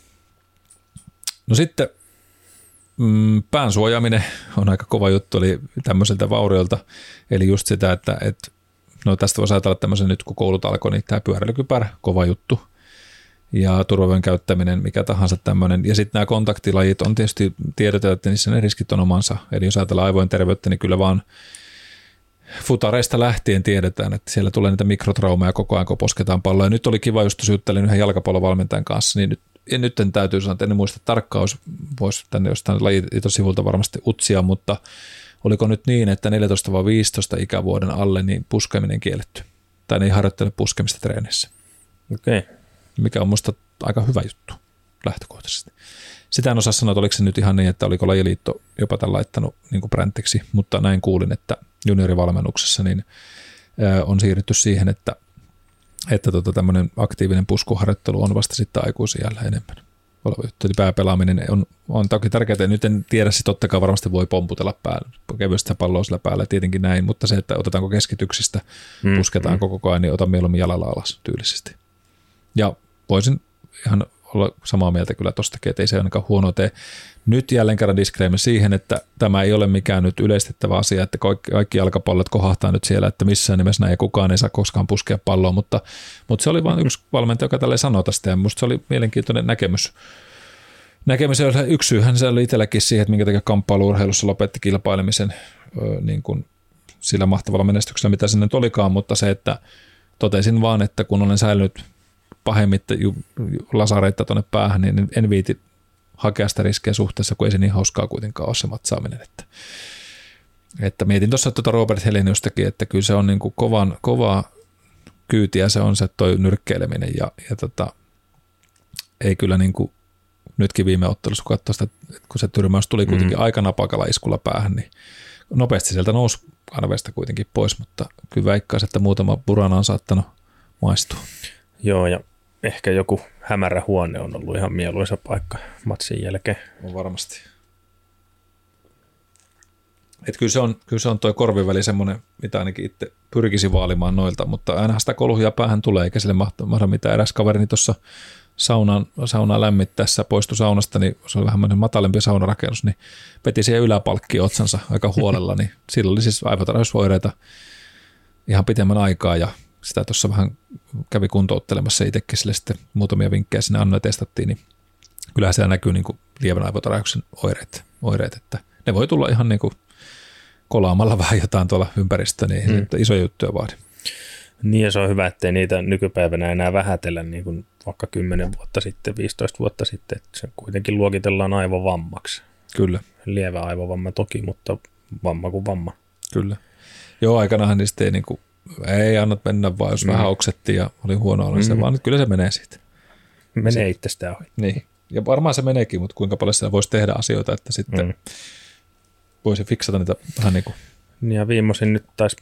No sitten mm, pään suojaaminen on aika kova juttu, eli tämmöiseltä vaurioilta. Eli just sitä, että et, no tästä voisi ajatella tämmöisen nyt kun koulut alkoi, niin tämä pyöräilykypärä, kova juttu. Ja turvavyön käyttäminen, mikä tahansa tämmöinen. Ja sitten nämä kontaktilajit on tietysti tiedetään, että niissä ne riskit on omansa. Eli jos ajatellaan aivojen terveyttä, niin kyllä vaan futareista lähtien tiedetään, että siellä tulee niitä mikrotraumeja koko ajan, kun posketaan palloa. Ja nyt oli kiva, just juttelin yhden jalkapallovalmentajan kanssa, niin nyt, ja nyt en täytyy sanoa, että en muista tarkkaan, voisi tänne jostain lajiliiton sivulta varmasti utsia, mutta oliko nyt niin, että neljätoista viisitoista ikävuoden alle niin puskeminen kielletty? Tai ne ei harjoittele puskemista treenissä. Okei. Okay. Mikä on musta aika hyvä juttu. lähtökohtaisesti. Sitä en osaa sanoa, että oliko se nyt ihan niin, että oliko lajiliitto jopa tämän laittanut niin kuin brändiksi, mutta näin kuulin, että juniorivalmennuksessa niin on siirrytty siihen, että, että tota tämmöinen aktiivinen puskuharjoittelu on vasta sitten aikuisijällä enemmän. Pääpelaaminen on, on toki tärkeää. Nyt en tiedä, että totta kai varmasti voi pomputella päällä, kevyesti palloa sillä päällä, tietenkin näin, mutta se, että otetaanko keskityksistä, mm, pusketaanko mm. koko ajan, niin otan mieluummin jalalla alas tyylisesti. Ja voisin ihan olla samaa mieltä kyllä tostakin, että ei se ainakaan huono tee. Nyt jälleen kerran disclaimer siihen, että tämä ei ole mikään nyt yleistettävä asia, että kaikki jalkapallot kohahtaa nyt siellä, että missään nimessä näin kukaan ei saa koskaan puskea palloa, mutta, mutta se oli vain yksi valmentaja, joka tälleen sanoi tästä, ja minusta se oli mielenkiintoinen näkemys. Näkemys yksi syyhän se oli itselläkin siihen, että minkä takia kamppailu-urheilussa lopetti kilpailemisen niin kuin sillä mahtavalla menestyksellä, mitä se nyt olikaan, mutta se, että totesin vaan, että kun olen säilynyt pahemmitta lasareita tuonne päähän, niin en viiti hakea sitä riskejä suhteessa, kun ei se niin hauskaa kuitenkaan ole se matsaaminen. Että, että mietin tuossa tuota Robert Heleniustakin, että kyllä se on niin kuin kovan, kovaa kyytiä, se on se toi nyrkkeileminen ja, ja tota, ei kyllä niin kuin nytkin viime ottelussa, kun katsoi sitä, että kun se tyrmäys tuli kuitenkin mm. aika napakalla iskulla päähän, niin nopeasti sieltä nousi kanavesta kuitenkin pois, mutta kyllä väikkaisi, että muutama purana on saattanut maistua. Joo, ja ehkä joku hämärä huone on ollut ihan mieluisa paikka matsin jälkeen. On varmasti. Et kyllä se on, kyllä se on toi korviväli semmoinen, mitä ainakin itse pyrkisi vaalimaan noilta, mutta ainahan sitä kolhuja päähän tulee, eikä sille mahda mitään. Eräs kaverini tuossa saunaan, saunaa lämmittäessä poistui saunasta, niin se oli vähän matalempi saunarakennus, niin peti siihen yläpalkkiin otsansa aika huolella, niin sillä oli siis aivotarjousvoireita ihan pitemmän aikaa, ja sitä tuossa vähän kävi kuntouttelemassa itsekin sille sitten muutamia vinkkejä sinne annoin ja testattiin, niin kyllähän siellä näkyy niin kuin lievän aivotarjouksen oireet, oireet, että ne voi tulla ihan niin kuin kolaamalla vähän jotain tuolla ympäristöä, niin mm. iso juttuja vaadi. Niin ja se on hyvä, ettei niitä nykypäivänä enää vähätellä niin kuin vaikka kymmenen vuotta sitten, viisitoista vuotta sitten, että se kuitenkin luokitellaan aivovammaksi. Kyllä. Lievä aivovamma toki, mutta vamma kuin vamma. Kyllä. Joo, aikanahan niistä ei, niin kuin, ei annat mennä vaan, jos mm. vähän oksettiin ja oli huono olla, mm. vaan nyt kyllä se menee siitä. Menee se, itsestään ohi. Niin, ja varmaan se meneekin, mutta kuinka paljon siellä voisi tehdä asioita, että sitten mm. voisi fiksata niitä vähän niin kuin. Ja viimeisin nyt taisi,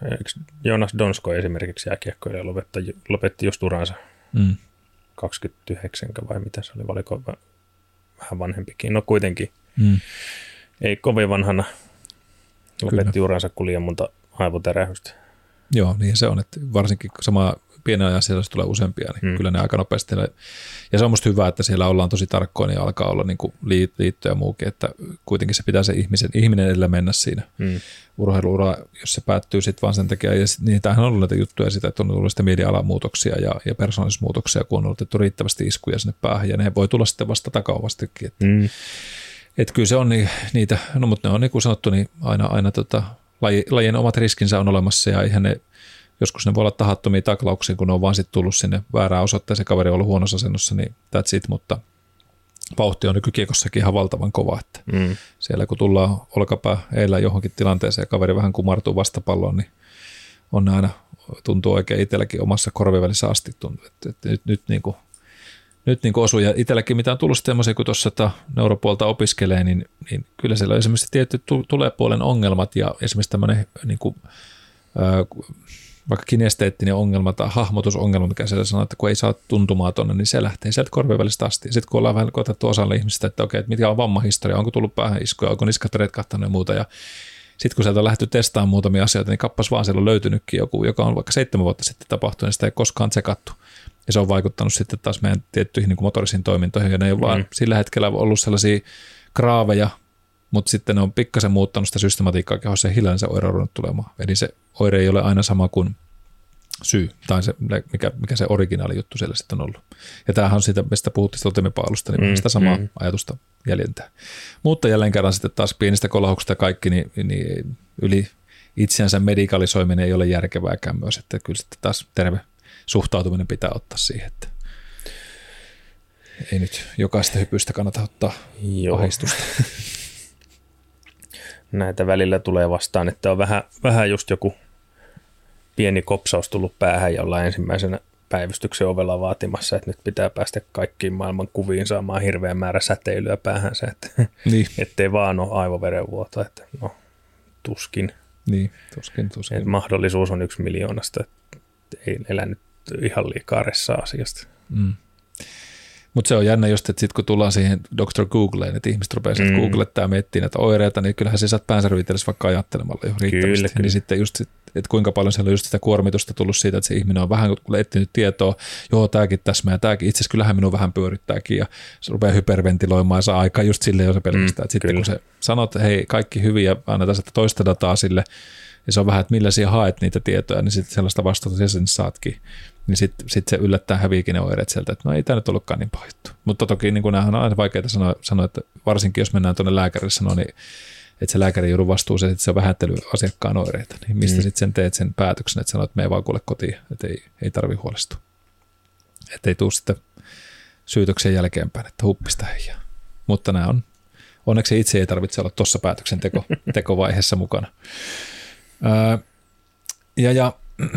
Jonas Donsko esimerkiksi jääkiekkoilija lopetti, lopetti just uransa mm. kaksikymmentäyhdeksän vai mitä se oli, valiko vähän vanhempikin, no kuitenkin mm. ei kovin vanhana lopetti Kyllä. uransa, kun liian monta aivotärähystä. Joo, niin se on, että varsinkin sama pienen ajan siellä tulee useampia, niin mm. kyllä ne aika nopeasti. Ja se on musta hyvä, että siellä ollaan tosi tarkkoja ja alkaa olla niin kuin liitto ja muukin, että kuitenkin se pitää se ihmisen, ihminen edellä mennä siinä mm. urheiluura, jos se päättyy sitten vaan sen takia. Ja niin tämähän on ollut näitä juttuja sitä, että on tullut sitä media-alamuutoksia ja, ja persoonallisuusmuutoksia, kun on otettu riittävästi iskuja sinne päähän ja ne voi tulla sitten vasta takaovastikin. Että, mm. että kyllä se on niin, niitä, no mutta ne on niin kuin sanottu, niin aina, aina tota, laji, lajien omat riskinsä on olemassa ja eihän ne joskus ne voi olla tahattomia taklauksia, kun ne on vaan sitten tullut sinne väärään osoitteeseen, kaveri on ollut huonossa asennossa, niin that's it, mutta vauhti on nykykiekossakin ihan valtavan kova, että mm. siellä kun tullaan olkapää eillä johonkin tilanteeseen ja kaveri vähän kumartuu vastapalloon, niin on aina, tuntuu oikein itselläkin omassa korvivälissä asti, tuntuu, että, että nyt, nyt, niin kuin, nyt niin kuin osuu, ja itselläkin mitä on tullut sitten semmoisia, kun tuossa neuropuolta opiskelee, niin, niin kyllä siellä on esimerkiksi tietty tulee puolen ongelmat ja esimerkiksi tämmöinen niin kuin, ää, vaikka kinesteettinen ongelma tai hahmotusongelma, mikä siellä sanoo, että kun ei saa tuntumaa tuonne, niin se lähtee sieltä korvivälistä asti. Sitten kun ollaan vähän otettu osalle ihmisistä, että okei, että mikä on vammahistoria, onko tullut päähän iskuja, onko niskat retkahtanut ja muuta. Ja sitten kun sieltä on lähdetty testaamaan muutamia asioita, niin kappas vaan siellä on löytynytkin joku, joka on vaikka seitsemän vuotta sitten tapahtunut, niin sitä ei koskaan tsekattu. Ja se on vaikuttanut sitten taas meidän tiettyihin niin kuin motorisiin toimintoihin. Ja ne ei mm. vaan sillä hetkellä ollut sellaisia kraaveja, mutta sitten ne on pikkasen muuttanut sitä systematiikkaa kehossa ja hiljalleen se oire on ruvennut tulemaan. Eli se oire ei ole aina sama kuin syy, tai se, mikä, mikä se originaali juttu siellä sitten on ollut. Ja tämähän on siitä, mistä puhuttiin totemipaalusta, niin mm, sitä samaa mm. ajatusta jäljentää. Mutta jälleen kerran sitten taas pienistä kolahduksista kaikki, niin, niin yli itseänsä medikalisoiminen ei ole järkevääkään myös, että kyllä sitten taas terve suhtautuminen pitää ottaa siihen, että ei nyt jokaista hypystä kannata ottaa ahdistusta. Näitä välillä tulee vastaan, että on vähän, vähän just joku pieni kopsaus tullut päähän ja ollaan ensimmäisenä päivystyksen ovella vaatimassa, että nyt pitää päästä kaikkiin maailman kuviin saamaan hirveän määrä säteilyä päähänsä, että niin. ettei vaan ole aivoverenvuoto, että no tuskin. Niin, tuskin, tuskin. Et mahdollisuus on yksi miljoonasta, että ei elänyt ihan liikaa ressaa asiasta. Mm. Mutta se on jännä just, että sitten kun tullaan siihen doktor Googleen, että ihmiset rupeaa mm. googlettaa ja miettii näitä oireita, niin kyllähän se saat päänsä ruvitellessa vaikka ajattelemalla jo riittävästi. Kyllä, niin sitten just, että kuinka paljon siellä on just sitä kuormitusta tullut siitä, että se ihminen on vähän etsinyt tietoa, joo, tämäkin täsmää, tämäkin, itse asiassa kyllähän minun vähän pyörittääkin, ja se rupeaa hyperventiloimaan ja saa aikaa just silleen jo se pelkästään. Mm, sitten kun se sanot, että hei, kaikki hyvin ja annetaan sitä toista dataa sille, ja se on vähän, että millä sinä haet niitä tietoja, niin sitten sellaista vastausta sen saatkin. Niin sitten sit se yllättää häviikin ne oireet sieltä, että no ei tämä nyt ollutkaan niin paha juttu. Mutta toki niin nämähän on aina vaikeaa sanoa, sanoa, että varsinkin jos mennään tuonne lääkärille sanoa, niin että se lääkäri joudun vastuuseen, että se on vähättely asiakkaan oireita. Niin mistä mm. sitten sen teet sen päätöksen, että sanoo, että me ei vaan kuule kotiin, että ei, ei tarvitse huolestua. Että ei tule sitten syytöksen jälkeenpäin, että huppista heijaa. Mutta nämä on, onneksi itse ei tarvitse olla tuossa päätöksentekovaiheessa mukana. Öö, ja ja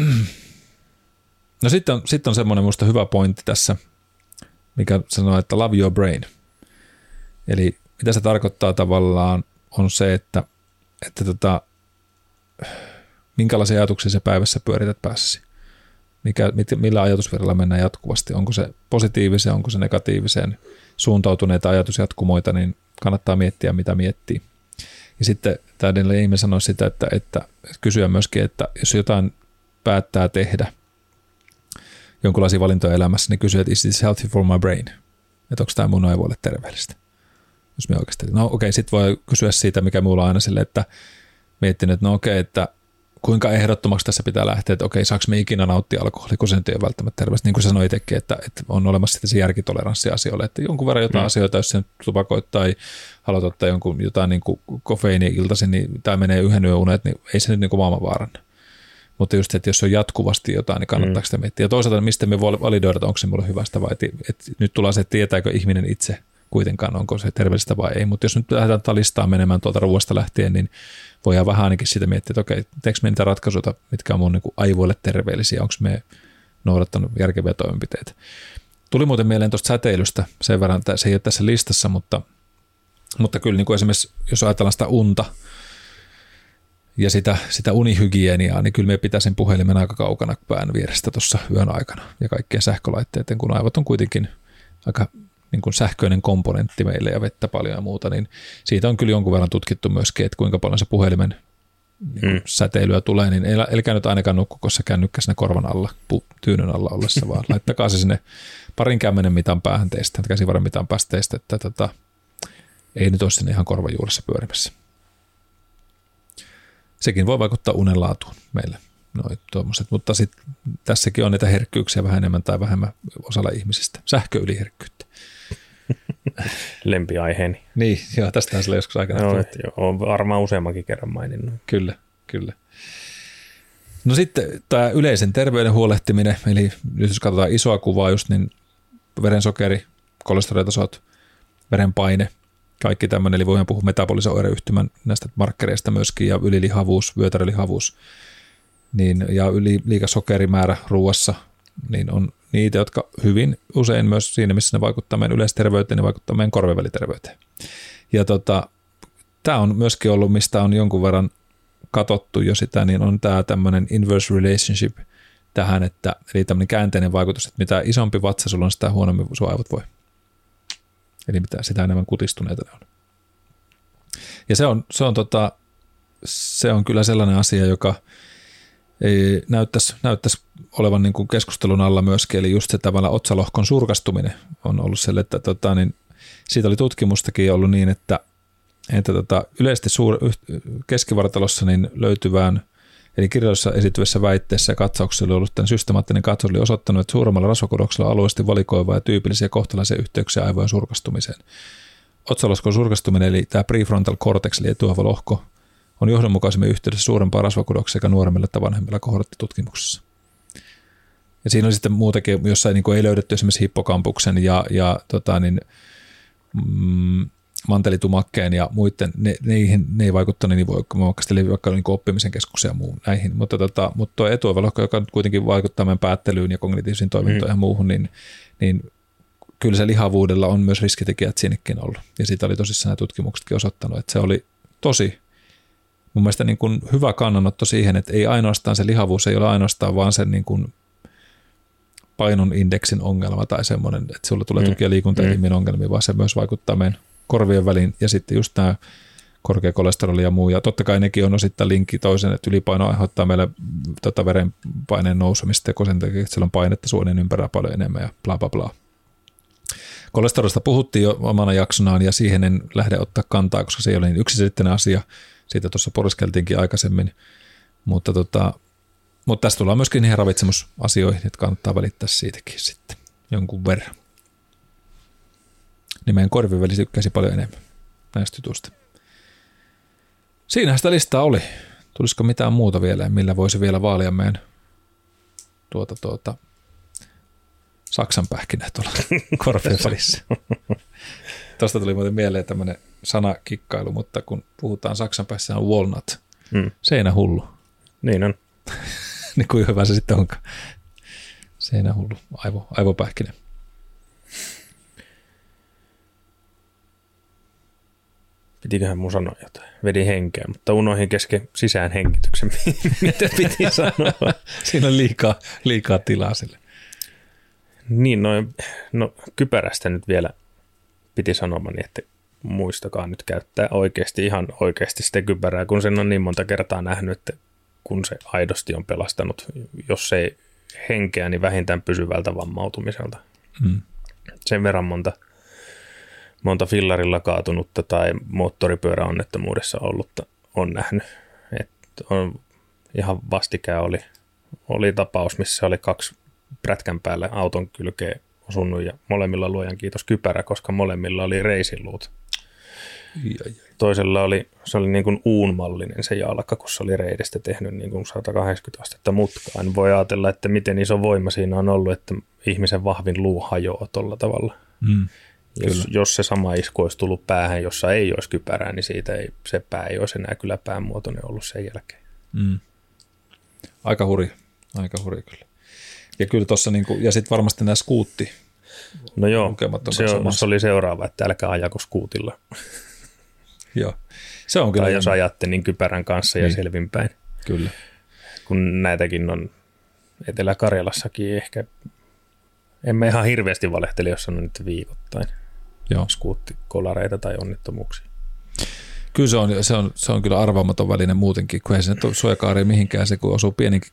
no sitten on, sitten on semmoinen musta hyvä pointti tässä, mikä sanoo, että love your brain. Eli mitä se tarkoittaa tavallaan on se, että, että tota, minkälaisia ajatuksia se päivässä pyörität päässäsi. Mikä, millä ajatusvirralla mennään jatkuvasti. Onko se positiiviseen, onko se negatiiviseen suuntautuneita ajatusjatkumoita, niin kannattaa miettiä, mitä miettii. Ja sitten tämä Daniel Amen sanoi sitä, että, että kysyä myöskin, että jos jotain päättää tehdä, jonkinlaisia valintoja elämässä, niin kysyä, että is this healthy for my brain? Että onko tämä mun aivoille terveellistä? Jos me oikeasti, no okei, okay, sitten voi kysyä siitä, mikä minulla on aina sille, että miettinyt, että no okei, okay, että kuinka ehdottomaksi tässä pitää lähteä, että okei, okay, saako me ikinä nauttia alkoholia, kun se nyt ei ole välttämättä terveellistä. Niin kuin sanoin itsekin, että, että on olemassa sitten se järkitoleranssi asioille, että jonkun verran jotain mm. asioita, jos sen tupakoit tai haluat ottaa jonkun, jotain niin kuin kofeiini iltaisin, niin tämä menee yhden yön unet, niin ei se nyt niin kuin maailman vaaranna. Mutta just, että jos on jatkuvasti jotain, niin kannattaako sitä miettiä. Ja toisaalta, mistä me validoida, että onko se mulle hyvästä vai, että, että nyt tullaan se, että tietääkö ihminen itse kuitenkaan, onko se terveellistä vai ei. Mutta jos nyt lähdetään tätä listaa menemään tuolta ruoasta lähtien, niin voidaan vähän ainakin sitä miettiä, että okei, teekö me niitä ratkaisuja, mitkä on mun niin kuin aivoille terveellisiä, onko me noudattanut järkeviä toimenpiteitä. Tuli muuten mieleen tuosta säteilystä sen verran, että se ei ole tässä listassa, mutta, mutta kyllä niin kuin esimerkiksi, jos ajatellaan sitä unta, ja sitä, sitä unihygieniaa, niin kyllä me pitäisin puhelimen aika kaukana pään vierestä tuossa yön aikana ja kaikkien sähkölaitteiden, kun aivot on kuitenkin aika niin kuin sähköinen komponentti meille ja vettä paljon ja muuta, niin siitä on kyllä jonkun verran tutkittu myöskin, että kuinka paljon se puhelimen niin hmm. säteilyä tulee, niin älkää nyt ainakaan nukkukossa kännykkä siinä korvan alla, tyynyn alla ollessa, vaan laittakaa se sinne parin kämmenen mitan päähän teistä, käsivarren mitan päästä teistä, että tota, ei nyt ole sinne ihan korvan juuressa pyörimässä. Sekin voi vaikuttaa unenlaatuun meille, noi tuommoiset, mutta sit tässäkin on niitä herkkyyksiä vähän enemmän tai vähemmän osalla ihmisistä. Sähköyliherkkyyttä. Lempiaiheeni. Niin, joo, tästähän sillä joskus aikana. No, olen varmaan useammankin kerran maininnut. Kyllä, kyllä. No sitten tämä yleisen terveyden huolehtiminen, eli jos katsotaan isoa kuvaa just, niin verensokeri, kolesterolitasot, verenpaine, kaikki tämmöinen, eli voidaan puhua metabolisen oireyhtymän näistä markkereista myöskin, ja ylilihavuus, vyötärölihavuus, niin, ja yli, liika sokerimäärä ruuassa, niin on niitä, jotka hyvin usein myös siinä, missä ne vaikuttaa meidän yleisterveyteen, ne vaikuttaa meidän korviväliterveyteen. Ja tota, tämä on myöskin ollut, mistä on jonkun verran katsottu jo sitä, niin on tämä tämmöinen inverse relationship tähän, että, eli tämmöinen käänteinen vaikutus, että mitä isompi vatsa sulla on, sitä huonommin sun aivot voi. Eli mitä sitä enemmän kutistuneita ne on. Ja se on, se on, tota, se on kyllä sellainen asia, joka ei näyttäisi, näyttäisi olevan niin kuin keskustelun alla myöskin, eli just se tavallaan otsalohkon surkastuminen on ollut sille, että tota, niin siitä oli tutkimustakin ollut niin, että, että tota, yleisesti suur, keskivartalossa niin löytyvään, eli kirjallisessa esityvässä väitteessä ja katsauksessa oli ollut tämän systemaattinen katsaus, oli osoittanut, että suuremmalla rasvakudoksella alueellisesti valikoivaa ja tyypillisiä kohtalaisia yhteyksiä aivojen surkastumiseen. Otsalohkon surkastuminen, eli tämä prefrontal cortex, eli etuaivolohko, on johdonmukaisemmin yhteydessä suurempaa rasvakudoksia sekä nuoremmilla että vanhemmilla kohorttitutkimuksessa. Ja siinä oli sitten muutakin, jossa ei, niin kuin ei löydetty esimerkiksi hippokampuksen ja, ja tota, niin, mm, mantelitumakkeen ja muiden, ne, neihin, ne ei vaikuttanut niin voimakkaasti, eli vaikka niin oppimisen keskuksia ja muu näihin, mutta, tota, mutta tuo etuoivelohko, joka nyt kuitenkin vaikuttaa meidän päättelyyn ja kognitiivisiin toimintoihin mm. ja muuhun, niin, niin kyllä se lihavuudella on myös riskitekijät sinnekin ollut. Ja siitä oli tosissaan nämä tutkimuksetkin osoittanut, että se oli tosi mun mielestä niin kuin hyvä kannanotto siihen, että ei ainoastaan se lihavuus, ei ole ainoastaan vaan sen niin kuin painon indeksin ongelma tai semmoinen, että sulla tulee tuki- ja liikuntaelimin mm. ongelmia, vaan se myös vaikuttaa meidän korvien väliin ja sitten just nämä korkea kolesteroli ja muu. Ja totta kai nekin on osittain linkki toisen, että ylipaino aiheuttaa meille tota verenpaineen nousumista ja sen takia, että siellä on painetta suonien ympärillä paljon enemmän ja bla bla bla. Kolesterolista puhuttiin jo omana jaksonaan ja siihen en lähde ottaa kantaa, koska se ei ole niin yksiselitteinen asia. Siitä tuossa poriskeltiinkin aikaisemmin. Mutta, tota, mutta tässä tullaan myöskin niihin ravitsemusasioihin, että kannattaa välittää siitäkin sitten jonkun verran. Niin meidän korvien väli tykkäisi paljon enemmän näistä jutuista. Siinähän sitä listaa oli. Tulisiko mitään muuta vielä, millä voisi vielä vaalia meidän tuota, tuota, Saksan pähkinä tuolla korvien välissä. Tuosta tuli muuten mieleen tämmöinen sanakikkailu, mutta kun puhutaan Saksan päässä on walnut, hmm. seinähullu. Niin on. Niin kuin hyvä se sitten onkaan. Seinähullu, aivo, aivopähkinä. Pitiköhän mun sanoa jotain. Vedin henkeä, mutta unohdin kesken sisään hengityksen, mitä piti sanoa. Siinä on liikaa, liikaa tilaa sille. Niin, no, no kypärästä nyt vielä piti sanomani, että muistakaa nyt käyttää oikeasti, ihan oikeasti sitä kypärää, kun sen on niin monta kertaa nähnyt, että kun se aidosti on pelastanut, jos ei henkeä, niin vähintään pysyvältä vammautumiselta. Hmm. Sen verran monta, monta fillarilla kaatunutta tai moottoripyöräonnettomuudessa ollutta on nähnyt. Että on, ihan vastikään oli, oli tapaus, missä oli kaksi prätkän päälle auton kylkeen osunut ja molemmilla luojan kiitos kypärä, koska molemmilla oli reisiluut. Toisella oli, se oli niin kuin uunmallinen se jalka, kun se oli reidestä tehnyt niin kuin sata kahdeksankymmentä astetta mutkaa. En voi ajatella, että miten iso voima siinä on ollut, että ihmisen vahvin luu hajoaa tuolla tavalla. Mm, jos, jos se sama isku olisi tullut päähän, jossa ei olisi kypärää, niin siitä ei, se pää ei olisi enää kyllä päänmuotoinen ollut sen jälkeen. Mm. Aika hurja, aika hurja kyllä. Ja kyllä tuossa, niin kuin, ja sitten varmasti nämä skuutti. No joo, se, on, se oli seuraava, että älkää ajako skuutilla. Joo, se on kyllä. Tai jos ajatte, niin kypärän kanssa ja niin. Selvinpäin. Kyllä. Kun näitäkin on Etelä-Karjalassakin ehkä, en mä ihan hirveästi valehtele, jos sanon nyt viikoittain. Joo. Skuuttikolareita tai onnettomuuksia. Kyllä se on, se on, se on kyllä arvaamaton väline muutenkin, kun ei se nyt ole suojakaari mihinkään, se kun osuu pieninkin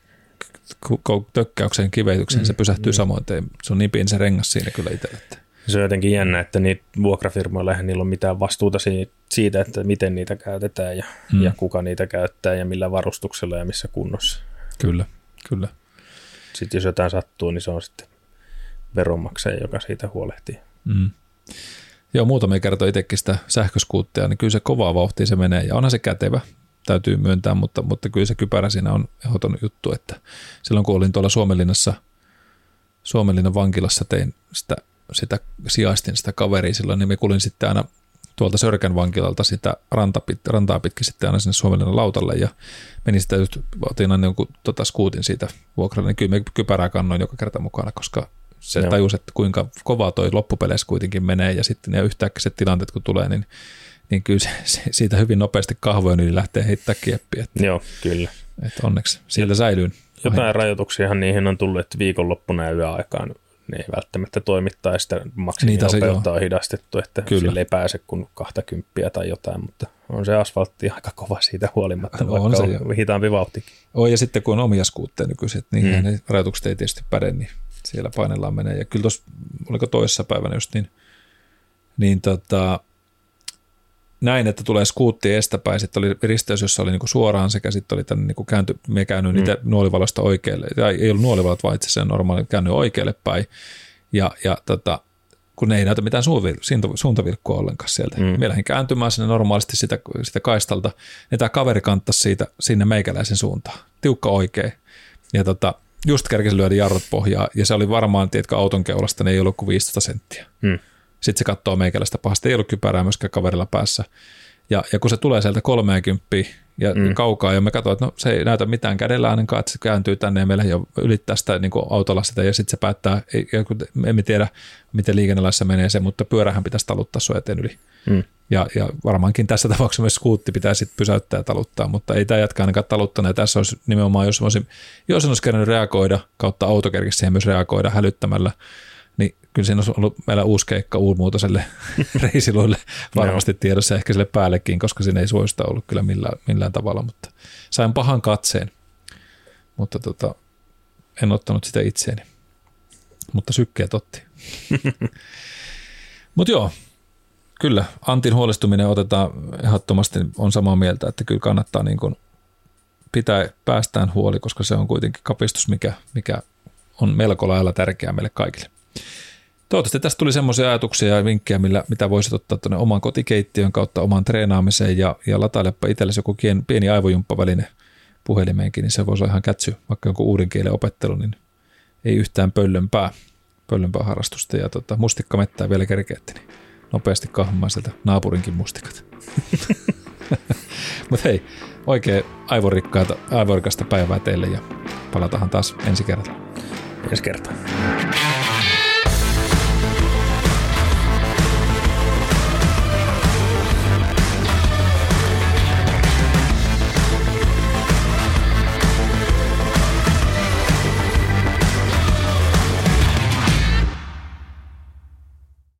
tökkäyksen kiveytykseen, mm, se pysähtyy mm. samoin. Se on niin pieni se rengas siinä kyllä itsellä. Se on jotenkin jännä, että niitä vuokrafirmoilla eihän niillä ole mitään vastuuta siitä, että miten niitä käytetään ja, mm. ja kuka niitä käyttää ja millä varustuksella ja missä kunnossa. Kyllä, kyllä. Sitten jos jotain sattuu, niin se on sitten veronmaksaja, joka siitä huolehtii. Mm. Joo, muutamia kertoi itsekin sitä sähköskuuttia, niin kyllä se kovaa vauhtia se menee ja onhan se kätevä. Täytyy myöntää, mutta, mutta kyllä se kypärä siinä on ehdoton juttu, että silloin kun olin tuolla Suomenlinnassa, Suomenlinnan vankilassa tein sitä, sitä sijaistin sitä kaveria silloin, niin me kulin sitten aina tuolta Sörkän vankilalta sitä rantapit, rantaa pitkin sitten aina sinne Suomenlinnan lautalle ja menin sitä just, otin aina jonkun tota, skuutin siitä vuokralle, niin kyllä me kypärää kannoin joka kerta mukana, koska se Joo. tajus, että kuinka kovaa toi loppupeleissä kuitenkin menee ja sitten ne yhtäkkiset tilanteet kun tulee, niin niin kyllä se, se, siitä hyvin nopeasti kahvojen yli lähtee heittää kieppiä. Että, Joo, kyllä. Että onneksi sieltä säilyy. Jotain rajoituksiahan niihin on tullut, että viikonloppuna ja yöaikaan ne ei välttämättä toimittaa ja sitä maksiminopeutta on hidastettu, että kyllä. Sille ei pääse kuin kahtakymppiä tai jotain, mutta on se asfaltti aika kova siitä huolimatta, no, vaikka on, se on hitaampi vauhtikin. On ja sitten kun on omia skuutteja nykyiset, niin mm. ne rajoitukset ei tietysti päde, niin siellä painellaan menee. Ja kyllä tuossa, oliko toisessa päivänä just niin, niin tota, näin, että tulee skuutti estäpäin, sitten oli risteys, jossa oli niinku suoraan sekä sitten oli tänne niinku käänty, me käännyin mm. niitä nuolivalosta oikealle, tai ei ollut nuolivalot, vaan itse asiassa normaali käänny oikealle päin, ja, ja tota, kun ne ei näytä mitään suuntavilkkua ollenkaan sieltä. Mm. Me lähdin kääntymään sinne normaalisti sitä, sitä kaistalta, ja tämä kaveri kanttasi siitä sinne meikäläisen suuntaan, tiukka oikein, ja tota, just kerkesin lyödä jarrut pohjaa, ja se oli varmaan, tiedätkö, auton keulasta, ne ei ollut kuin viisitoista senttiä. Mm. Sitten se katsoo meikäläistä pahasti, ei ollut kypärää myöskään kaverilla päässä. Ja, ja kun se tulee sieltä kolmekymmentä ja mm. kaukaa, ja me katsoin, että no, se ei näytä mitään kädellä ainakaan, että se kääntyy tänne ja meillä jo ylittää sitä niin kuin autolla sitä, ja sitten se päättää, ja emme tiedä, miten liikennelaissa menee se, mutta pyörähän pitäisi taluttaa sun eteen yli. Mm. Ja, ja varmaankin tässä tapauksessa myös skuutti pitää sitten pysäyttää ja taluttaa, mutta ei tämä jatka ainakaan taluttanut, ja tässä olisi nimenomaan, jos olisi, jos olisi kerännyt reagoida, kautta auto kerkisi siihen myös reagoida hälyttämällä, niin kyllä siinä olisi ollut meillä uusi keikka uumuutoiselle reisiluille varmasti tiedossa, ehkä sille päällekin, koska siinä ei suosta ollut kyllä millään, millään tavalla, mutta sain pahan katseen, mutta tota, en ottanut sitä itseeni, mutta sykkeet otti. Mutta joo, kyllä Antin huolestuminen otetaan ehdottomasti, on samaa mieltä, että kyllä kannattaa niin kuin pitää päästään huoli, koska se on kuitenkin kapistus, mikä, mikä on melko lailla tärkeää meille kaikille. Toivottavasti tästä tuli semmoisia ajatuksia ja vinkkejä, millä, mitä voisit ottaa tuonne oman kotikeittiön kautta oman treenaamiseen ja, ja latailepa itsellesi joku pieni aivojumppaväline puhelimeenkin, niin se voisi olla ihan kätsy, vaikka jonkun uuden kielen opettelu, niin ei yhtään pöllönpää, pöllönpää harrastusta. Ja tota, mustikkamettää vielä kerkeätti, niin nopeasti kahmaan sieltä naapurinkin mustikat. Mutta hei, oikein aivorikkaata, aivorikasta päivää teille ja palataan taas ensi kertaa. Ensi kertaa.